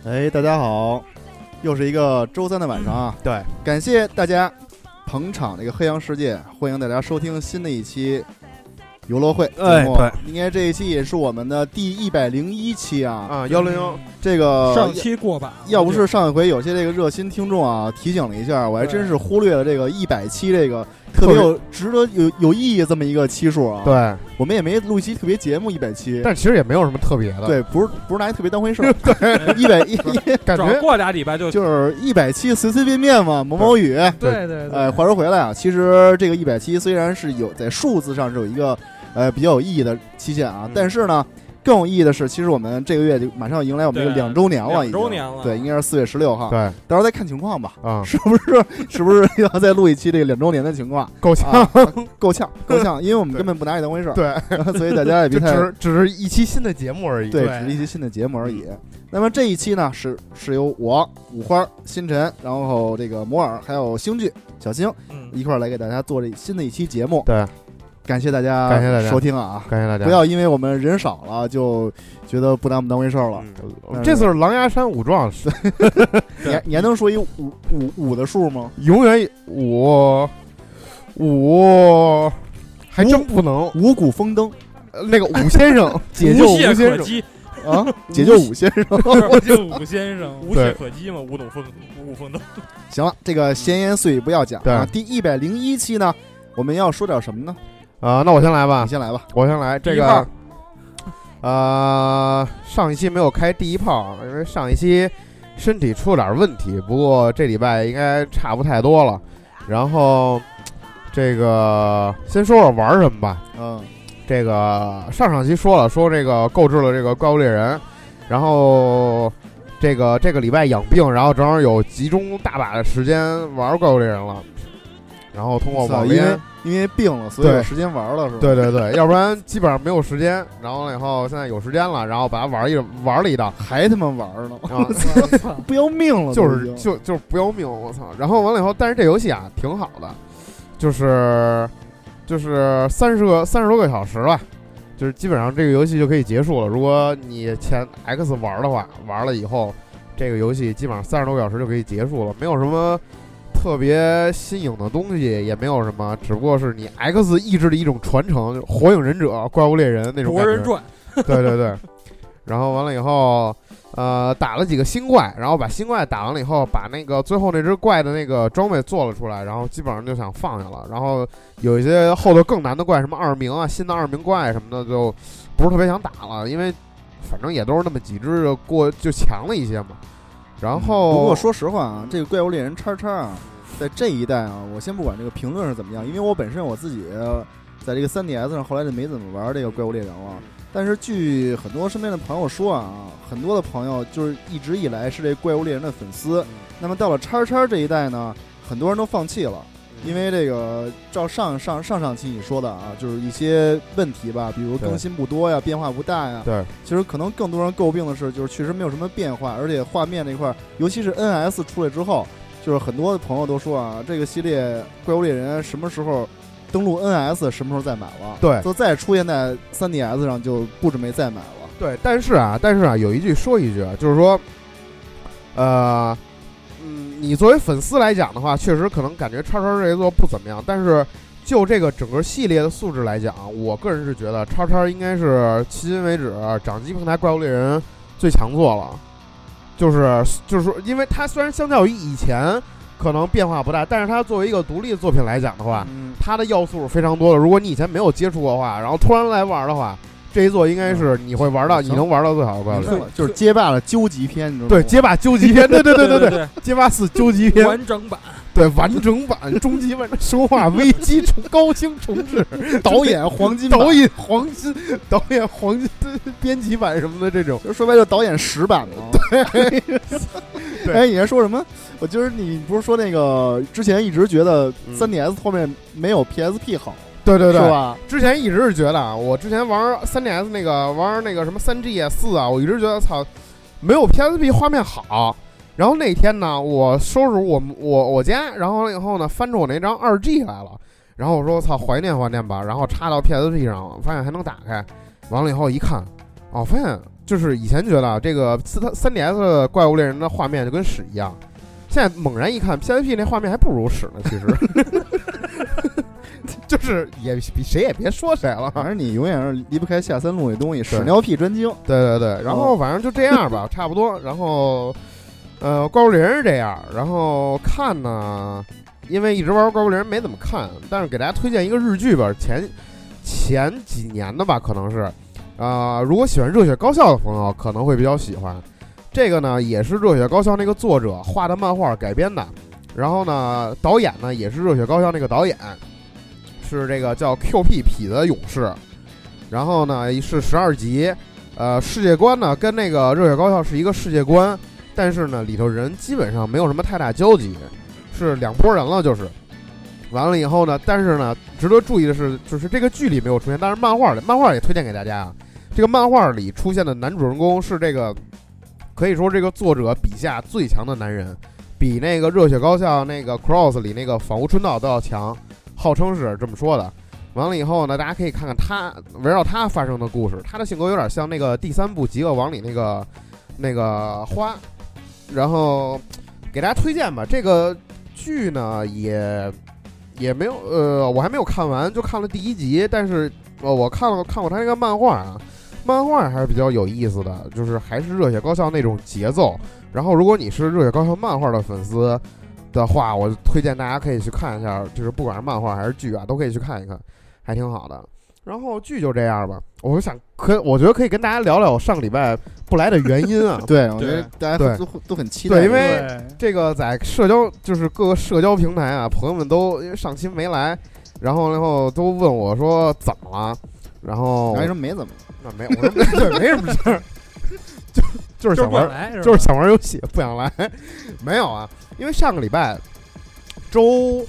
哎，大家好，又是一个周三的晚上啊！ 对， 感谢大家捧场这个黑羊世界，欢迎大家收听新的一期游乐会节目。 对， 应该这一期也是我们的第101期啊 ，101。 这个上期过吧， 要不是上一回有些这个热心听众啊提醒了一下，我还真是忽略了这个100期这个特别有值得有意义这么一个期数啊。 对， 我们也没录一期特别节目100期， 但其实也没有什么特别的。 对，不是拿一特别当回事儿。100 感觉过俩礼拜就是100期随随便便嘛，某某语。 对。 话说回来啊，其实这个100期虽然是有在数字上是有一个比较有意义的期限啊，但是呢，更有意义的是，其实我们这个月就马上要迎来我们这个2周年了，已经 2周年了。 对，应该是4月16号。 对， 到时候再看情况吧。 啊， 是不是要再录一期这个2周年的情况？ 够呛， 够呛，因为我们根本不拿你当回事儿。 对， 所以大家也别太只是一期新的节目而已。 对，只是一期新的节目而已。那么这一期呢，是由我五花、星辰，然后这个摩尔还有星剧小星一块儿来给大家做这新的一期节目。 对。 感谢大家收听啊！ 感谢大家， 不要因为我们人少了就觉得不拿我们当回事儿了。 这次是狼牙山5壮士， 你还能说一五的数吗？ 永远5，还真不能。 五谷丰登， 那个武先生，解救武先生啊，解救武先生， 解救武先生，无懈可击嘛，五谷丰登。 行了，这个闲言碎语不要讲啊。第101期呢，我们要说点什么呢？ 那我先来吧。 你先来吧。 我先来。这个，上一期没有开第一炮，因为上一期身体出了点问题。不过这礼拜应该差不太多了。然后，这个先说说玩什么吧。这个上期说这个购置了这个怪物猎人，然后这个礼拜养病，然后正好有集中大把的时间玩怪物猎人了。然后通过网联。 因为病了，所以有时间玩了，是吧？ 对，要不然基本上没有时间。然后以后现在有时间了，然后把它玩了一道， 还他妈玩呢！不要命了， 就是不要命！我操！然后完了以后，但是这游戏啊挺好的，就是30多个小时吧，就是基本上这个游戏就可以结束了。如果你前 X 玩的话，玩了以后，这个游戏基本上30多个小时就可以结束了，没有什么特别新颖的东西，也没有什么，只不过是你 X 意志的一种传承，火影忍者、怪物猎人那种感觉。 博人传。 对。然后完了以后，打了几个新怪，然后把新怪打完了以后，把那个最后那只怪的那个装备做了出来，然后基本上就想放下了。然后有一些后头更难的怪，什么2名啊、新的2名怪什么的，就不是特别想打了，因为反正也都是那么几只就强了一些嘛。然后， 不过说实话啊，这个怪物猎人XX啊，在这一代啊，我先不管这个评论是怎么样，因为我本身我自己在这个3DS 上后来就没怎么玩这个怪物猎人了。但是据很多身边的朋友说啊，很多的朋友就是一直以来是这怪物猎人的粉丝。那么到了XX这一代呢，很多人都放弃了，因为这个照上期你说的啊，就是一些问题吧，比如更新不多呀，变化不大呀。 对， 其实可能更多人诟病的是，就是确实没有什么变化，而且画面这块，尤其是 NS 出来之后，就是很多的朋友都说啊，这个系列怪物猎人什么时候登陆 NS， 什么时候再买了？ 对， 就再出现在 3DS 上就不准备再买了。 对，但是啊，有一句说一句，就是说，你作为粉丝来讲的话，确实可能感觉XX这一座不怎么样，但是就这个整个系列的素质来讲，我个人是觉得XX应该是迄今为止掌机平台怪物猎人最强作了。就是说，因为它虽然相较于以前可能变化不大，但是它作为一个独立作品来讲的话，它的要素是非常多的。如果你以前没有接触过的话，然后突然来玩的话，这一座应该是你会玩到，你能玩到最好的怪物猎人， 就是街霸的究极篇，你知道吗？ 对，街霸究极篇，对，街霸4究极篇完整版， 对，完整版终极版生化危机高清重置， 导演黄金编辑版什么的这种， 就说白了导演10版嘛。 对， 哎，你还说什么？我就是你不是说那个之前一直觉得 3DS 后面没有 PSP 好？ 对，是吧？ 之前一直是觉得啊，我之前玩 3DS 玩那个什么3G 啊4啊，我一直觉得操，没有 PSP 画面好。然后那天呢，我收拾我家，然后以后呢，翻出我那张2G 来了，然后我说操，怀念吧，然后插到 PSP 上，发现还能打开，完了以后一看，发现就是以前觉得这个3DS 的怪物猎人的画面就跟屎一样，现在猛然一看 PSP 那画面还不如屎呢，其实。就是也比谁也别说谁了， 反正你永远是离不开下三路那东西，屎尿屁专精。 对对对，然后反正就这样吧，差不多。然后，怪物猎人是这样，然后看呢，因为一直玩怪物猎人没怎么看，但是给大家推荐一个日剧吧，前几年的吧，可能是，如果喜欢热血高校的朋友可能会比较喜欢。这个呢，也是热血高校那个作者画的漫画改编的，然后呢，导演呢也是热血高校那个导演。是这个叫 QP 痞的勇士，然后呢是12集，世界观呢跟那个热血高校是一个世界观，但是呢里头人基本上没有什么太大交集，是两拨人了，就是完了以后呢，但是呢值得注意的是，就是这个剧里没有出现，但是漫画也推荐给大家啊。这个漫画里出现的男主人公是这个，可以说这个作者笔下最强的男人，比那个热血高校那个 Cross 里那个仿屋春道都要强。号称是这么说的，完了以后呢，大家可以看看他围绕他发生的故事。他的性格有点像那个第3部《极恶王》里那个花，然后给大家推荐吧。这个剧呢也没有我还没有看完，就看了第1集，但是我看过他那个漫画啊，漫画还是比较有意思的，就是还是热血高校那种节奏。然后如果你是热血高校漫画的粉丝的话，我推荐大家可以去看一下，就是不管是漫画还是剧啊，都可以去看一看，还挺好的。然后剧就这样吧，我觉得可以跟大家聊聊上个礼拜不来的原因啊。 对，我觉得大家都很期待。 对，因为这个在就是各个社交平台啊，朋友们都因为上期没来，然后都问我说怎么了，然后还说没怎么， 那没有，我说对，没什么事儿，就是想玩，就是想玩游戏，不想来，没有啊。因为上个礼拜周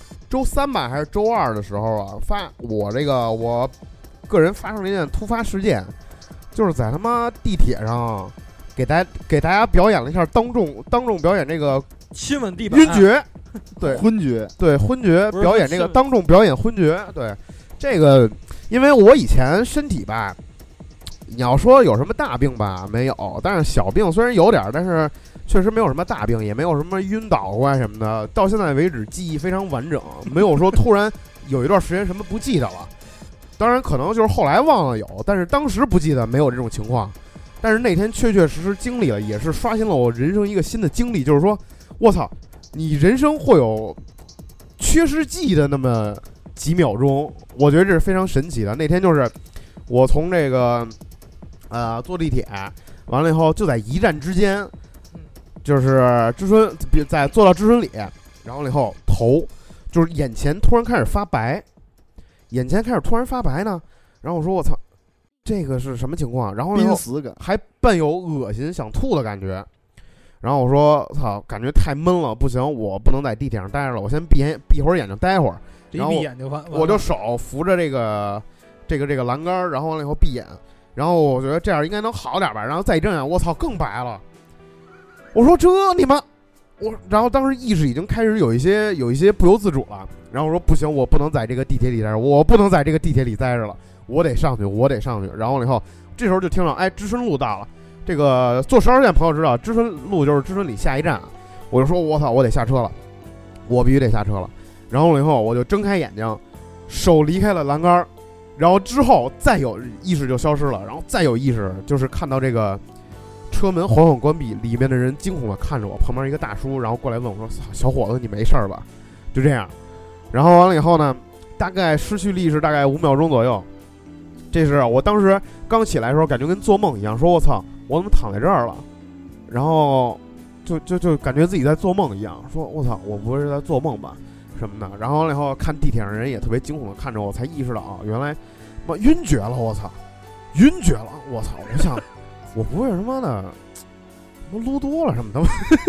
3吧还是周2的时候啊，我个人发生了一件突发事件，就是在他妈地铁上给大家表演了一下当众表演这个亲吻地板晕厥，对昏厥， 对昏厥表演这个当众表演昏厥，对这个，因为我以前身体吧，你要说有什么大病吧没有，但是小病虽然有点，但是确实没有什么大病，也没有什么晕倒啊什么的。到现在为止记忆非常完整，没有说突然有一段时间什么不记得了。当然可能就是后来忘了有，但是当时不记得没有这种情况。但是那天确确实实经历了，也是刷新了我人生一个新的经历，就是说我操，你人生会有缺失记忆的那么几秒钟，我觉得这是非常神奇的。那天就是我从这个坐地铁完了以后，就在一站之间，就是知春在坐到知春里，然后以后头就是眼前突然开始发白，突然发白呢，然后我说我操，这个是什么情况？然后濒死感， 还伴有恶心想吐的感觉。然后我说操，感觉太闷了，不行，我不能在地铁上待着了，我先闭会儿眼睛待会儿。然后我就手扶着这个栏杆，然后完了以后闭眼，然后我觉得这样应该能好点吧。然后再一睁眼，我操，更白了。我说这你妈，然后当时意识已经开始有一些不由自主了。然后我说不行，我不能在这个地铁里待着，我不能在这个地铁里待着了，我得上去。然后以后这时候就听到，哎，知春路到了。这个坐12号线朋友知道，知春路就是知春里下一站。我就说我操，我得下车了，我必须得下车了。然后以后我就睁开眼睛，手离开了栏杆，然后之后再有意识就消失了，然后再有意识就是看到这个车门缓缓关闭，里面的人惊恐的看着我，旁边一个大叔然后过来问我说，小伙子你没事吧？就这样。然后完了以后呢，大概失去意识大概5秒钟左右。这是我当时刚起来的时候感觉跟做梦一样，说我操，我怎么躺在这儿了？然后就感觉自己在做梦一样，说我操，我不会是在做梦吧什么的。然后完了以后看地铁上人也特别惊恐的看着我，才意识到啊，原来妈晕厥了，我操，晕厥了，我操！我想我不会是他妈的撸多了什么的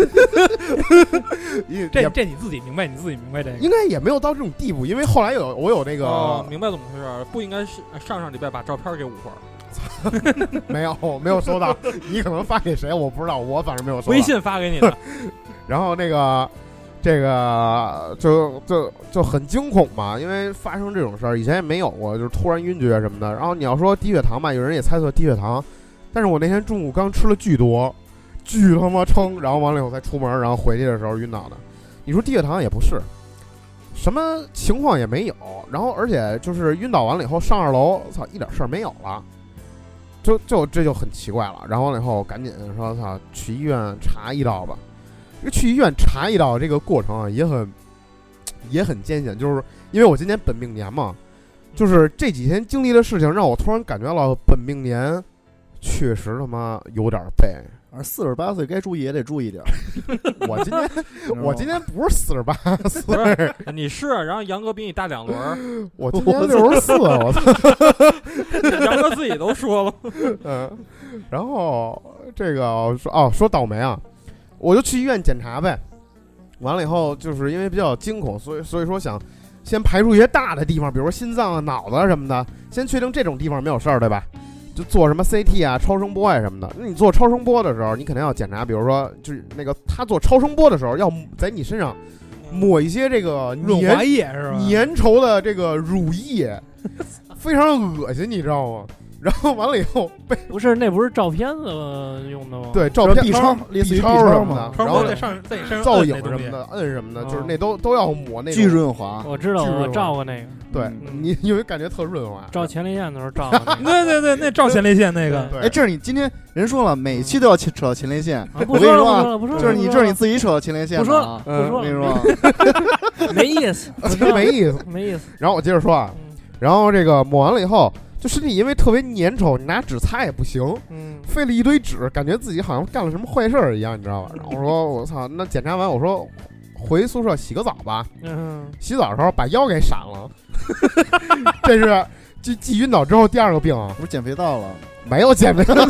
这你自己明白，这个应该也没有到这种地步，因为后来我有那个明白怎么回事，不应该上礼拜把照片给5份没有收到，你可能发给谁我不知道，我反正没有收到， 微信发给你的。 然后这个就很惊恐嘛，因为发生这种事儿以前也没有过，就是突然晕厥什么的。然后你要说低血糖吧，有人也猜测低血糖， 但是我那天中午刚吃了巨多，巨他妈撑，然后完了以后才出门，然后回去的时候晕倒的。你说低血糖也不是，什么情况也没有，然后而且就是晕倒完了以后上2楼，操，一点事儿没有了。这就很奇怪了，然后完了以后赶紧说操去医院查一刀吧。这个去医院查一刀这个过程啊也很艰险，就是因为我今年本命年嘛，就是这几天经历的事情让我突然感觉到本命年确实他妈有点背。 而48岁该注意也得注意点。 我今年不是48岁， 你是，然后杨哥比你大2轮， 我今年64，我操！ 杨哥自己都说了。 然后这个说倒霉啊，我就去医院检查呗。完了以后，就是因为比较惊恐，所以说想先排除一些大的地方，比如说心脏啊、脑子啊什么的，先确定这种地方没有事儿，对吧？就做什么 CT 啊、超声波啊什么的。那你做超声波的时候，你肯定要检查，比如说就是那个他做超声波的时候，要在你身上抹一些这个润滑液是吧？ 粘稠的这个乳液，非常恶心，你知道吗？然后完了以后不是那不是照片子用的吗？ 对，照片 B 超类似于 B 超嘛， 然后在你身上造影什么的，摁什么的，就是那都要抹那巨润滑。 我知道，我照过那个。 对，你有没有感觉特润滑？ 照前列腺的时候照过。 对，那照前列腺那个。 哎，这是你今天人说了，每期都要扯到前列腺。 我跟你说啊， 这是你自己扯到前列腺。 不说， 我跟你说， 没意思， 没意思， 没意思。 然后我接着说啊，然后这个抹完了以后。就身体因为特别粘稠，你拿纸擦也不行，费了一堆纸，感觉自己好像干了什么坏事儿一样，你知道吧？然后我说我操，那检查完我说回宿舍洗个澡吧。洗澡的时候把腰给闪了，这是继晕倒之后第2个病啊。 不是减肥到了？ 没有减肥到，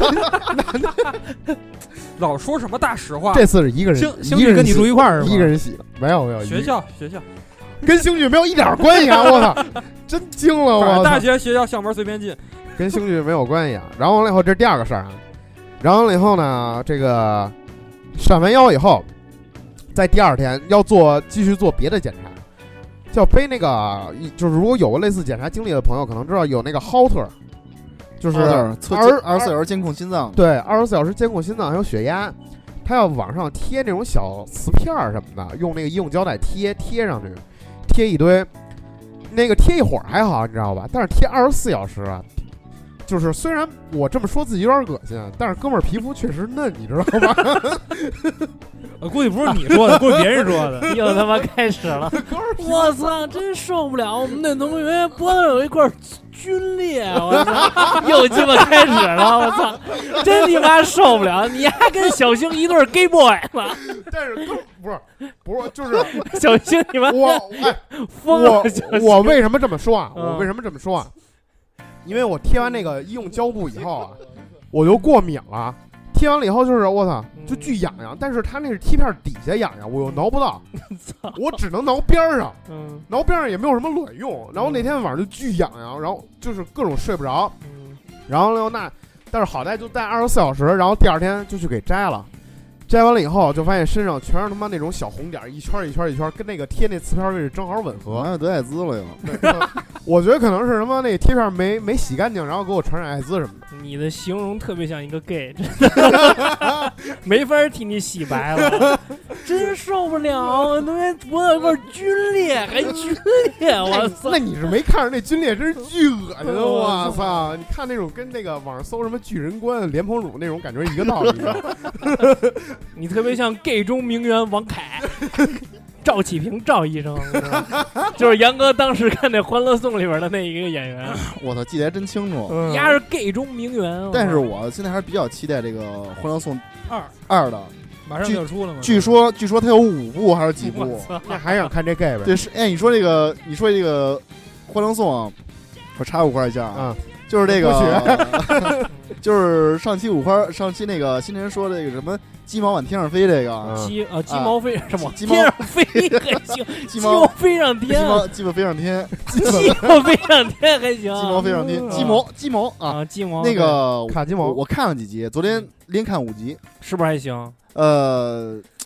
老说什么大实话。 这次是一个人， 星宇跟你住一块儿是吗？ 一个人洗的，没有学校跟星宇没有一点关系啊！我操，真惊了我！ 大学学校校门随便进， 跟星宇没有关系啊。然后完了以后，这是第2个事儿啊。然后完了以后呢，这个闪完腰以后，在第2天要继续做别的检查，叫背那个，就是如果有过类似检查经历的朋友，可能知道有那个 Holter， 就是 24小时监控心脏。 对，24小时监控心脏还有血压。他要往上贴那种小瓷片什么的，用那个医用胶带贴上去。贴一堆，那个贴一会儿还好，你知道吧？但是贴24小时啊，就是虽然我这么说自己有点恶心，但是哥们儿皮肤确实嫩，你知道吗？ 我估计不是你说的，估计别人说的。 又他妈开始了！我操，真受不了！我们那同学脖子有一块皲裂，我操，又鸡巴开始了！我操，真你妈受不了！你还跟小星一对 gay boy 吗？ 但是不是，就是小星你妈我为什么这么说啊？我为什么这么说啊？因为我贴完那个医用胶布以后啊，我就过敏了。贴完了以后就是我操，就巨痒痒，但是它那是贴片底下痒痒，我又挠不到，我只能挠边上，挠边上也没有什么卵用。然后那天晚上就巨痒痒，然后就是各种睡不着，然后但是好在就戴24小时，然后第2天就去给摘了。摘完了以后，就发现身上全是他妈那种小红点，一圈一圈一圈，跟那个贴那瓷片位置正好吻合。 好像得艾滋了又。 我觉得可能是什么那贴片没洗干净，然后给我传染艾滋什么的。 你的形容特别像一个 gay， 真的没法替你洗白了，真受不了！那边脖子有块皲裂，还皲裂，我操！ 那你是没看着那皲裂，真是巨恶心！我操！你看那种跟那个网上搜什么巨人观、莲蓬乳那种感觉一个道理。 你特别像 gay 中名媛王凯。赵启平赵医生，就是杨哥当时看那《欢乐颂》里边的那一个演员。 我操，记得还真清楚。 丫是 gay 中名媛。 但是我现在还是比较期待这个《欢乐颂2》的， 马上就要出了吗？ 据说它有5部还是几部？ 那还想看这 gay 呗？ 对，是哎，你说这个《欢乐颂》啊，我插5块一下啊，就是这个，就是上期那个新人说这个什么。鸡毛往天上飞，这个鸡毛飞什么？ 鸡毛天上飞还行，鸡毛飞上天， 鸡毛飞上天， 鸡毛飞上天还行， 鸡毛飞上天，鸡毛啊， 鸡毛那个卡鸡毛， 我看了几集，昨天连看5集， 是不是还行？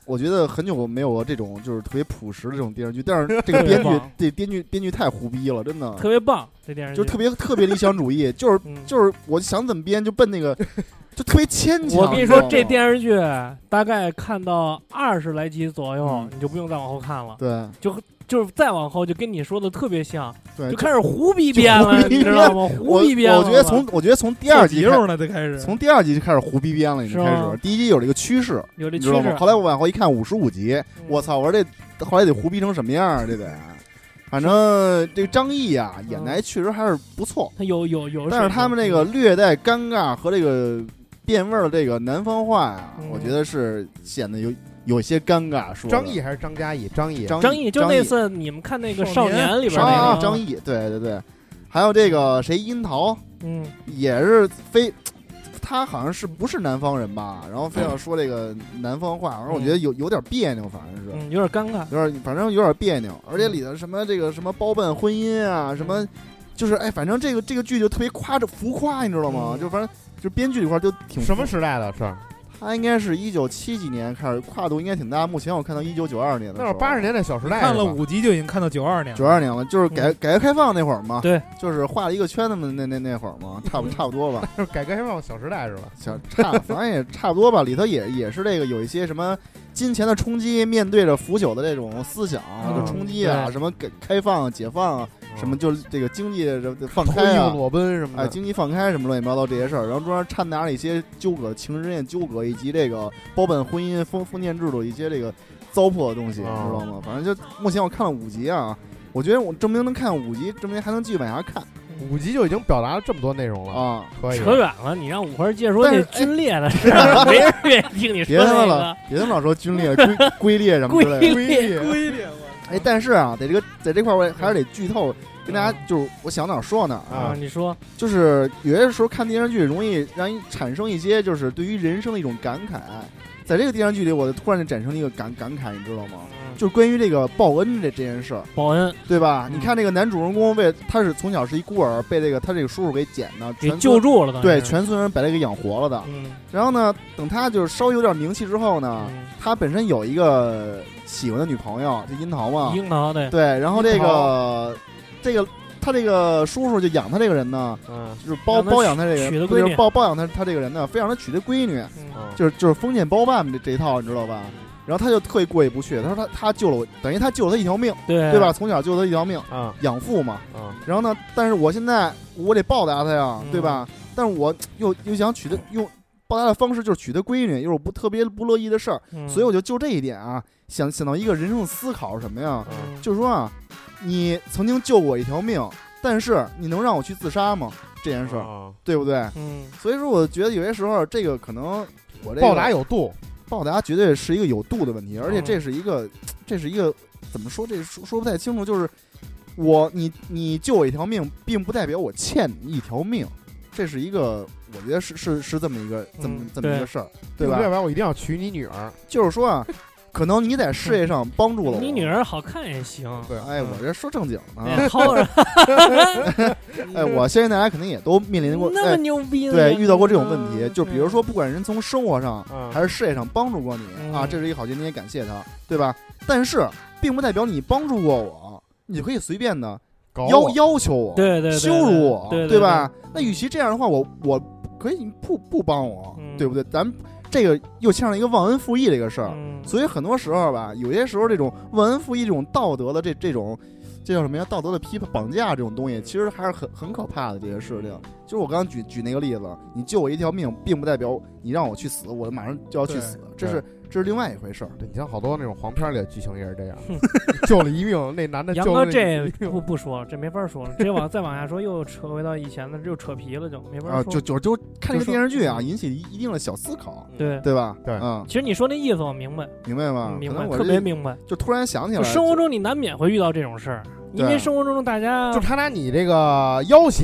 我觉得很久没有这种就是特别朴实的这种电视剧，但是这个编剧太胡逼了，真的特别棒，这电视剧就特别理想主义，就是我想怎么编就奔那个，就特别牵强。 我跟你说，这电视剧大概看到20来集左右，你就不用再往后看了。 对， 就是再往后就跟你说的特别像， 对， 就开始胡逼编了，你知道吗？胡逼编了。 我觉得从第二集了就开始， 从第二集就开始胡逼编了，已经开始。第一集有这个趋势，你知道吗？后来我往后一看55集，我操！我说这后来得胡逼成什么样？这得，反正这个张译啊演的确实还是不错， 他有， 但是他们那个略带尴尬和这个变味儿的这个南方话呀，我觉得是显得有些尴尬。说张译还是张嘉译？张译就那次你们看那个少年里边那个张译，对，还有这个谁樱桃，也是他好像不是南方人吧，然后非要说这个南方话，反正我觉得有点别扭，反正是有点尴尬， 反正有点别扭，而且里头什么这个什么包办婚姻啊，什么就是反正这个剧就特别浮夸，你知道吗？就反正就编剧这块就挺什么时代的事儿。 他应该是1970几年开始，跨度应该挺大。目前我看到1992年的， 那是80年代小时代， 看了5集就已经看到92年了。 92年了，就是改革开放那会儿嘛。 对， 就是画了一个圈子嘛，那会儿嘛，差不多吧。 就是改革开放小时代是吧？ 反正也差不多吧。里头也是这个有一些什么金钱的冲击，面对着腐朽的这种思想的冲击啊，什么开放、解放啊。什么就是这个经济放开啊， 裸奔什么的， 经济放开什么乱七八糟这些事儿，然后中间掺杂了一些纠葛、情人之间纠葛，以及这个包办婚姻、封建制度一些这个糟粕的东西，知道吗？反正就目前我看了5集啊，我觉得我证明能看5集，证明还能继续往下看。 5集就已经表达了这么多内容了啊！ 可以扯远了，你让5花接着说那军列的事，没人愿意听你说那个。 别他妈老说军列、龟列什么之类的。龟列，哎，但是啊，在这块我还是得剧透。 跟大家就是我想哪儿说哪儿啊，你说， 就是有些时候看电视剧容易让你产生一些就是对于人生的一种感慨，在这个电视剧里，我突然就产生了一个感慨，你知道吗？就是关于这个报恩这件事儿， 报恩对吧？你看这个男主人公他是从小是一孤儿，被他这个叔叔给捡的， 给救助了的， 对，全村人把他给养活了的。然后呢，等他就是稍微有点名气之后呢，他本身有一个喜欢的女朋友，就樱桃嘛， 樱桃对，然后他这个叔叔就养他这个人呢，就是包养他这个人，就是包养他这个人呢，非让他娶他闺女，就是封建包办这一套，你知道吧？然后他就特意过意不去，他说他救了我，等于他救了他一条命，对吧？从小救了他一条命，养父嘛，然后呢，但是我现在我得报答他呀，对吧？但是我又想娶他，用报答的方式就是娶他闺女，又是我特别不乐意的事儿，所以我就这一点啊，想到一个人生的思考是什么呀？就是说啊。 你曾经救我一条命，但是你能让我去自杀吗？这件事儿，对不对？所以说我觉得有些时候这个可能我这个报答有度， 报答绝对是一个有度的问题，而且这是一个怎么说？这说不太清楚，就是你救我一条命，并不代表我欠你一条命，这是一个我觉得是这么一个这么一个事儿，对吧？ 要不然我一定要娶你女儿， 就是说啊。 可能你在事业上帮助了我， 你女儿好看也行。 对，哎，我这说正经的。哎，我相信大家肯定也都面临过那么牛逼， 对，遇到过这种问题。就比如说，不管人从生活上还是事业上帮助过你啊，这是一个好心，你也感谢他，对吧？但是，并不代表你帮助过我，你可以随便的要求我， 对， 羞辱我， 对吧？那与其这样的话，我可以不帮我，对不对？咱们。 这个又牵上一个忘恩负义这个事儿，所以很多时候吧，有些时候这种忘恩负义、这种道德的这种，这叫什么呀？道德的绑架这种东西，其实还是很可怕的这些事情。就是我刚刚举那个例子，你救我一条命，并不代表你让我去死，我马上就要去死，这是另外一回事儿。 对，你像好多那种黄片里的剧情也是这样，救了一命，那男的杨哥这不说了，这没法说了，再往下说又扯回到以前的，又扯皮了，就没法说。 就看这个电视剧啊，引起一定的小思考，对吧？ 对， 其实你说那意思我明白吗？ 明白，特别明白。 就突然想起来， 生活中你难免会遇到这种事儿。因为生活中大家就他拿你这个要挟你，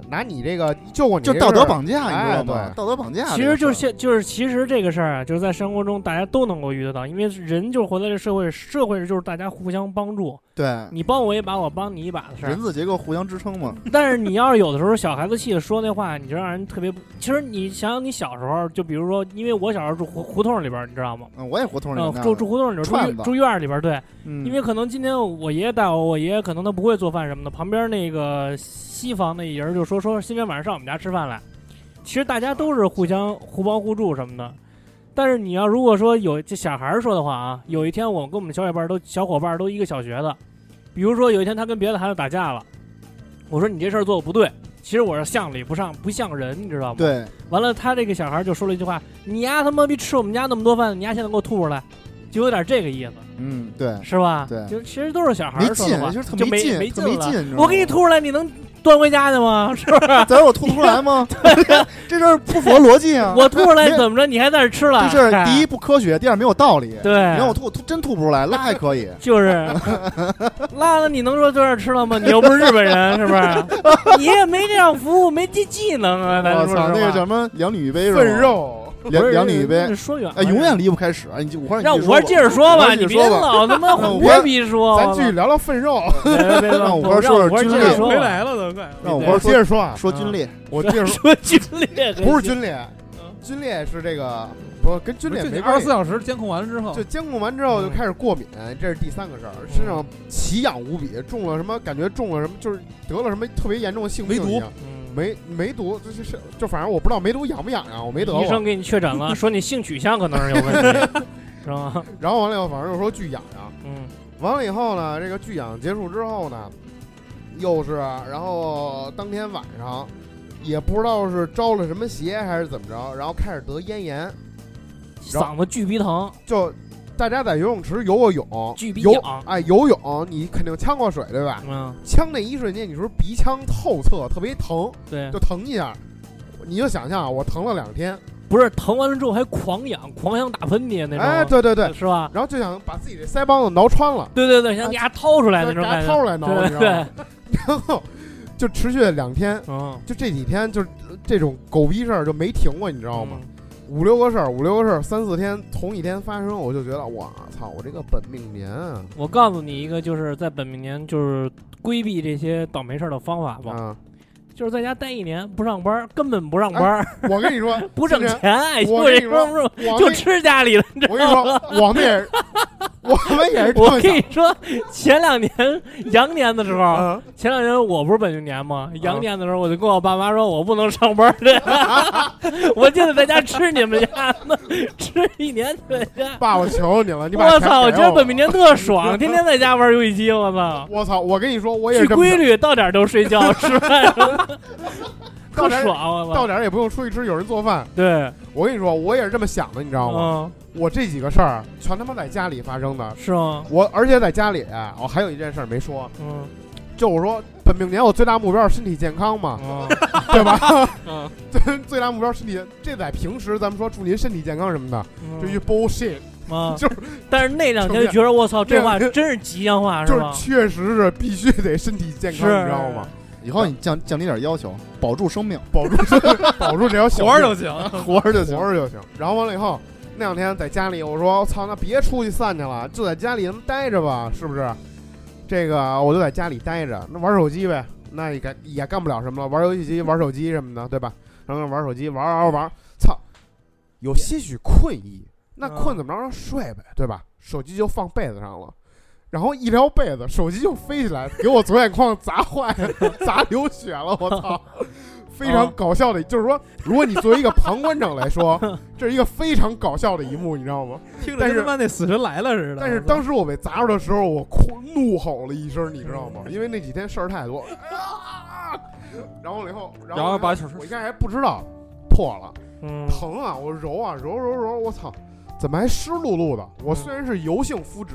拿你这个救过你， 就道德绑架，你知道吗？ 对， 道德绑架。 其实其实这个事儿啊，就是在生活中大家都能够遇得到，因为人就是活在这社会就是大家互相帮助， 对， 你帮我一把，我帮你一把的事儿。 人字结构互相支撑嘛。 但是你要是有的时候小孩子气的说那话，你就让人特别。其实你想想，你小时候，就比如说，因为我小时候住胡同里边，你知道吗？ 我也胡同里边， 住胡同里边，住院里边，对。因为可能今天我爷爷带我爷爷可能他不会做饭什么的，旁边那个西房那人就说今天晚上上我们家吃饭来。其实大家都是互相互帮互助什么的。但是你要如果说有这小孩说的话啊，有一天我跟我们小伙伴都一个小学的，比如说有一天他跟别的孩子打架了，我说你这事儿做的不对，其实我是像理不像人，你知道吗？ 对。 完了，他这个小孩就说了一句话：“你丫他妈逼吃我们家那么多饭，你丫现在给我吐出来。”就有点这个意思。 对， 是吧？ 对， 就其实都是小孩说的话， 就没劲了。 我给你吐出来，你能端回家去吗？是不是？ 咱我吐出来吗？这事儿不符合逻辑啊！ 我吐出来怎么着？你还在这吃了？ 这事儿第一不科学，第二没有道理。 对， 你让我真吐不出来，拉还可以。 就是拉了，你能说在这吃了吗？你又不是日本人，是不是？你也没这样服务，没这技能啊！ 我操，那个什么两女一杯是吧？ 粪肉。 两女一杯， 说远了， 永远离不开屎。 让我接着说吧，你别老他妈胡逼说。 咱继续聊聊粪肉。 让我说军烈， 回来了都快。 让我接着说啊， 说军烈， 我接着说军烈， 不是军烈，军烈是这个不跟军烈没关系。24小时监控完了之后， 就监控完之后就开始过敏，这是第3个事儿。身上奇痒无比，中了什么？感觉中了什么？就是得了什么特别严重的性病一样。梅毒就反正我不知道梅毒痒不痒呀，我没得过。 医生给你确诊了，说你性取向可能是有问题，是吧？ 然后完了以后，反正就说巨痒痒。完了以后呢，这个巨痒结束之后呢，又是然后当天晚上也不知道是招了什么邪还是怎么着，然后开始得咽炎， 嗓子巨鼻疼， 就。大家在游泳池游过泳，游泳你肯定呛过水对吧？呛那一瞬间，你说鼻腔后侧特别疼， 对， 就疼一下，你就想象我疼了2天， 不是疼完了之后还狂想打喷嚏那种， 哎，对， 是吧？ 然后就想把自己的腮帮子挠穿了， 对，想给它掏出来那种感觉， 掏出来挠，你知道吗？然后就持续了2天，就这几天就这种狗逼事儿就没停过，你知道吗？5、6个事儿，3、4天同一天发生，我就觉得哇操，我这个本命年啊！ 我告诉你一个，就是在本命年就是规避这些倒霉事儿的方法吧。就是在家待1年不上班，根本不上班。 我跟你说， 不挣钱， 我跟你说， 就吃家里的。 我跟你说，我们也是。 我跟你说，前2年羊年的时候，前2年我不是本命年吗？羊年的时候，我就跟我爸妈说，我不能上班去，我就得在家吃你们家的，吃1年在家。 爸，我求你了，你把我操！我觉得本命年特爽，天天在家玩游戏机，我操！ 我操！我跟你说，我也是规律，到点就睡觉，吃饭。特爽， 到点也不用出去吃，有人做饭。 对， 我跟你说，我也是这么想的，你知道吗？我这几个事儿全他妈在家里发生的， 是吗？ 而且在家里，我还有一件事没说，就我说本命年我最大目标是身体健康嘛，对吧？最大目标身体，这在平时咱们说祝您身体健康什么的，这一 bullshit。就是， 但是那2天就觉得我操，这话真是吉祥话，是吧？ 就是确实是必须得身体健康，你知道吗？ 以后你降低点要求，保住生命， 保住这条小活着就行， 活着就行。然后完了以后，那2天在家里，我说操，那别出去散去了，就在家里待着吧，是不是？这个我就在家里待着，那玩手机呗，那也干不了什么了，玩游戏机、玩手机什么的，对吧？然后玩手机，玩，操，有些许困意。那困怎么着睡呗，对吧？手机就放被子上了，然后一撩被子，手机就飞起来，给我左眼眶砸坏了，砸流血了，我操！非常搞笑的，就是说，如果你作为一个旁观者来说，这是一个非常搞笑的一幕，你知道吗？ 听着跟他妈那死神来了似的。 但是当时我被砸着的时候，我怒吼了一声，你知道吗？因为那几天事儿太多。然后把手我一开始还不知道破了，疼啊！我揉啊揉，我操！怎么还湿漉漉的？我虽然是油性肤质，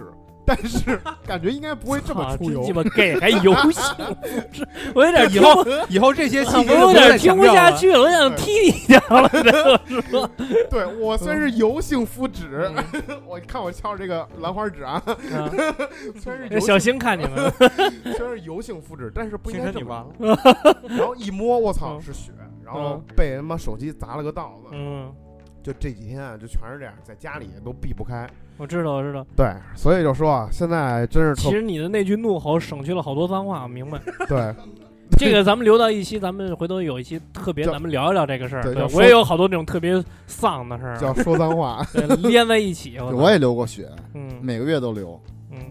但是感觉应该不会这么出油。 真鸡巴 gay 还油性复制，我有点以后这些细节我有点听不下去了，我想踢你一脚了，这个是吧？ 对我虽然是油性肤质，我看我翘这个兰花指啊，虽然是小心看你们， 虽然是油性肤质，但是不应该这么完了。 然后一摸，我操，是血，然后被他妈手机砸了个道子。就这几天啊，就全是这样，在家里都避不开。 我知道。 对，所以就说啊，现在真是其实你的那句怒吼省去了好多脏话，我明白。 对， 这个咱们留到一期，咱们回头有一期特别，咱们聊一聊这个事儿。 对， 我也有好多那种特别丧的事儿， 叫说脏话， 连在一起。 我也流过血，每个月都流。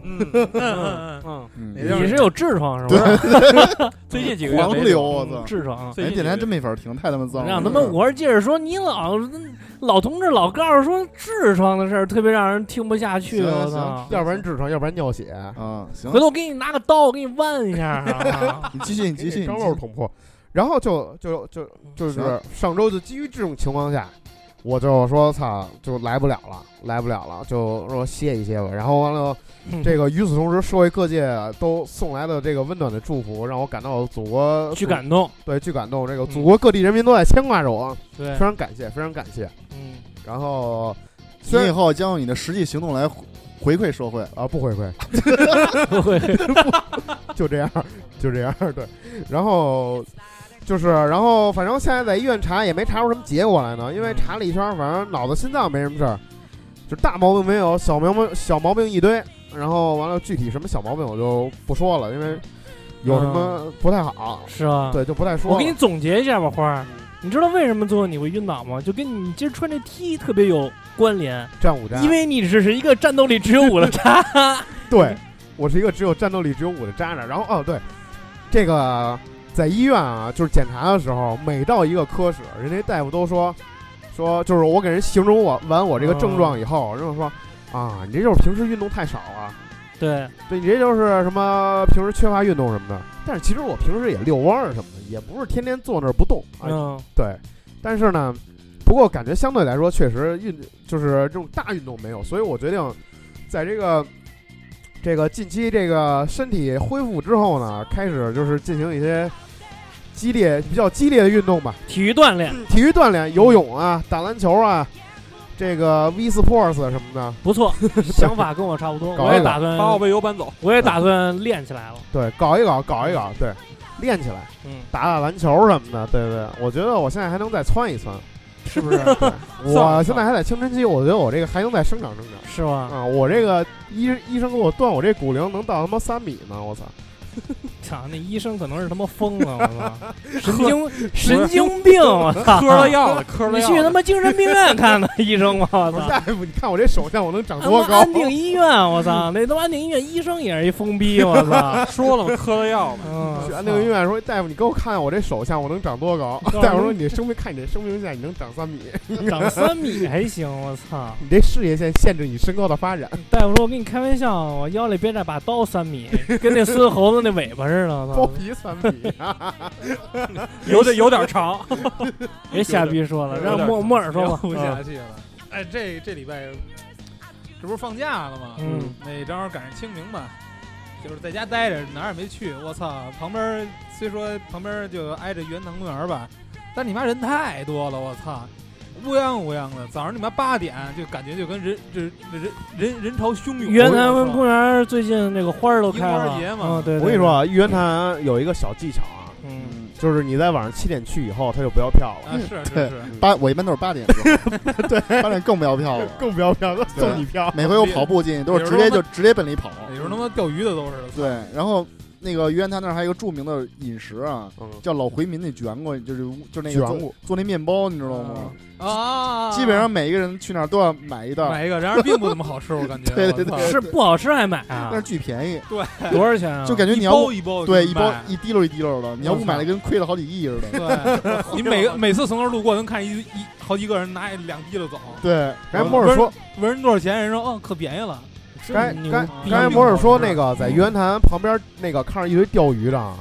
你是有痔疮是吧？ 最近几个月狂流，我操， 痔疮。 哎，电台真没法听，太他妈脏了。 让他们我是接着说，你老同志老告诉说痔疮的事儿，特别让人听不下去。我操， 要不然痔疮，要不然尿血啊。行， 回头我给你拿个刀，我给你剜一下。 你继续， 张漏捅破。然后就是上周就基于这种情况下。我就说操，就来不了了，就说歇一歇吧。然后完了，这个与此同时，社会各界都送来的这个温暖的祝福，让我感到祖国巨感动。 对，巨感动。这个祖国各地人民都在牵挂着我， 对， 非常感谢。然后， 你以后将用你的实际行动来回馈社会啊，不回馈， 不回馈， 就这样，对，然后。然后反正现在在医院查也没查出什么结果来呢，因为查了一圈，反正脑子心脏没什么事儿，就大毛病没有，小毛病一堆。然后完了，具体什么小毛病我就不说了，因为有什么不太好， 是吧？ 对，就不太说了。 我给你总结一下吧，花儿，你知道为什么最后你会晕倒吗？就跟你今儿穿这 T 特别有关联， 战五渣， 因为你只是一个战斗力只有5的渣。 对，我是一个战斗力只有5的渣渣。然后对，这个。在医院啊，就是检查的时候，每到一个科室，人家大夫都说，就是我给人形容完我这个症状以后，人家说啊，你这就是平时运动太少啊， 对， 你这就是什么平时缺乏运动什么的。但是其实我平时也遛弯什么的，也不是天天坐那儿不动啊。对，但是呢，不过感觉相对来说确实就是这种大运动没有，所以我决定在这个近期这个身体恢复之后呢，开始就是进行一些比较激烈的运动吧， 体育锻炼， 游泳啊，打篮球啊，这个 V Sports 什么的， 不错，想法跟我差不多。我也打算把我被油搬走， 我也打算练起来了。 对，搞一搞，对，练起来，打篮球什么的，对，我觉得我现在还能再窜一窜。是不是？我现在还在青春期，我觉得我这个还能再生长， 是吗？ 啊，我这个医生给我断我这骨龄能到他妈3米呢，我操！ 操，那医生可能是他妈疯了，我操，神经病，我操， 磕了药了， 你去他妈精神病院看的医生吗？我操， 大夫，你看我这手相，我能长多高？ 安定医院，我操，那他妈安定医院医生也是一疯逼，我操， 说了吗？磕了药了。 去安定医院说，大夫，你给我看看我这手相，我能长多高？大夫说，你看你这生命线，你能长3米， 长3米还行，我操， 你这事业线限制你身高的发展。 大夫说，我跟你开玩笑，我腰里别带把刀3米，跟那孙猴子那尾巴似的， 包皮3米， 有点长。 别瞎逼说了，让莫尔说吧。 不下去了。哎，这礼拜这不是放假了吗？那正好赶上清明嘛，就是在家待着，哪儿也没去。我操，虽说旁边就挨着元堂公园吧，但你妈人太多了，我操，乌泱乌泱的。早上你妈8点就感觉就跟人潮汹涌。 元堂公园最近那个花儿都开了， 樱花节嘛。 对， 我跟你说啊，玉渊潭有一个小技巧啊，就是你在晚上7点去以后，他就不要票了。 是我一般都是8点钟，对，8点更不要票了， 更不要票，送你票。 每回我跑步进都是直接奔里跑， 有时候他妈钓鱼的都是。 对，然后那个玉渊潭那儿还有一个著名的饮食啊，叫老回民那卷过，就是那个做那面包，你知道吗？ 啊， 基本上每一个人去那儿都要买一袋， 然而并不怎么好吃，我感觉。 对， 是不好吃还买啊？ 但是巨便宜。 对， 多少钱啊？ 就感觉你要一包， 对，一包一滴溜的，你要不买了跟亏了好几亿似的。 对，你每次从那儿路过能看好几个人拿2滴溜走。 对，刚才摩尔说问人多少钱，人说可便宜了。 刚才摩尔说那个在玉渊潭旁边那个看着一堆钓鱼的，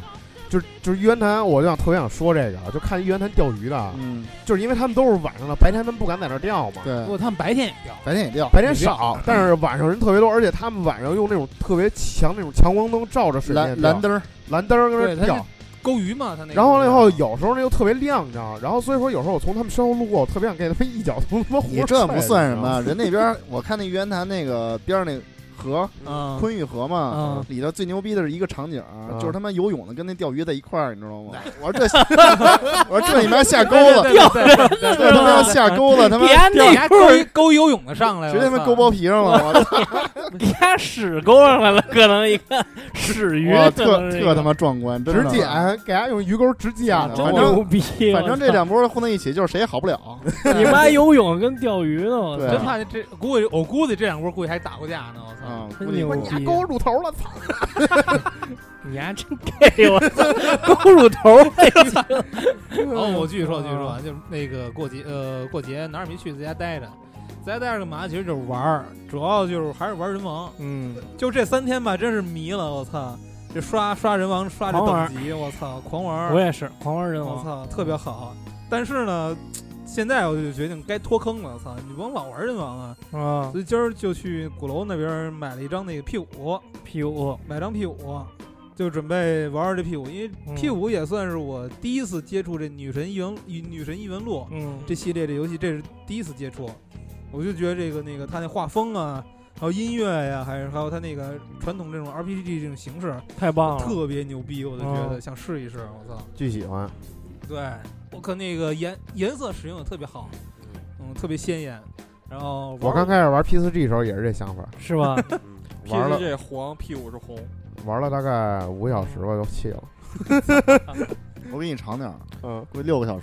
就是玉渊潭，我就特别想说这个，就看玉渊潭钓鱼的，就是因为他们都是晚上的，白天他们不敢在那儿钓嘛。 对， 不过他们白天也钓， 白天少，但是晚上人特别多，而且他们晚上用那种特别强那种强光灯照着水面蓝灯跟那钓。 钩鱼嘛，他那个。 然后了以后，有时候那又特别亮，你知道吗？然后所以说有时候我从他们身后路过，我特别想给他们一脚从他妈。 你这不算什么，人那边我看那玉渊潭那个边上那河，昆玉河嘛，里头最牛逼的是一个场景，就是他妈游泳的跟那钓鱼在一块儿，你知道吗？我说这你妈下钩子，这他妈要下钩子，他妈勾游泳的上来了， 直接他妈勾包皮上了， 给他屎勾上来了，可能一看屎鱼， 特他妈壮观， 直剪，给他用鱼钩直剪， 真牛逼！ 反正这两波混在一起，就是谁也好不了。 你妈游泳跟钓鱼呢， 真怕这我估计这两波估计还打过架呢，我操！ 真牛逼！ 你勾入头了，操！ 你丫真 gay， 我操！勾入头还行。 我继续说，就是那个过节哪儿也没去，在家待着。在家待着干嘛？其实就是玩儿，主要就是还是玩人王。就这3天吧，真是迷了，我操！就刷人王，刷这等级，我操，狂玩。 我也是狂玩人王， 我操，特别好。但是呢，现在我就决定该脱坑了，操！你甭老玩人王啊！所以今儿就去鼓楼那边买了一张那个 P5，买张 P5，就准备玩这 P5，因为 P5 也算是我第一次接触这女神异闻录这系列这游戏，这是第一次接触。我就觉得那个他那画风啊，还有音乐呀，还有他那个传统这种 RPG 这种形式， 太棒了， 特别牛逼，我就觉得想试一试。我操， 巨喜欢。 对，我看那个颜色使用的特别好，特别鲜艳。然后我刚开始玩 P4G 的时候也是这想法， 是吧玩了 P4G 黄 P5 是红， 玩了大概5个小时吧，就弃了。 我给你长点，估计6个小时。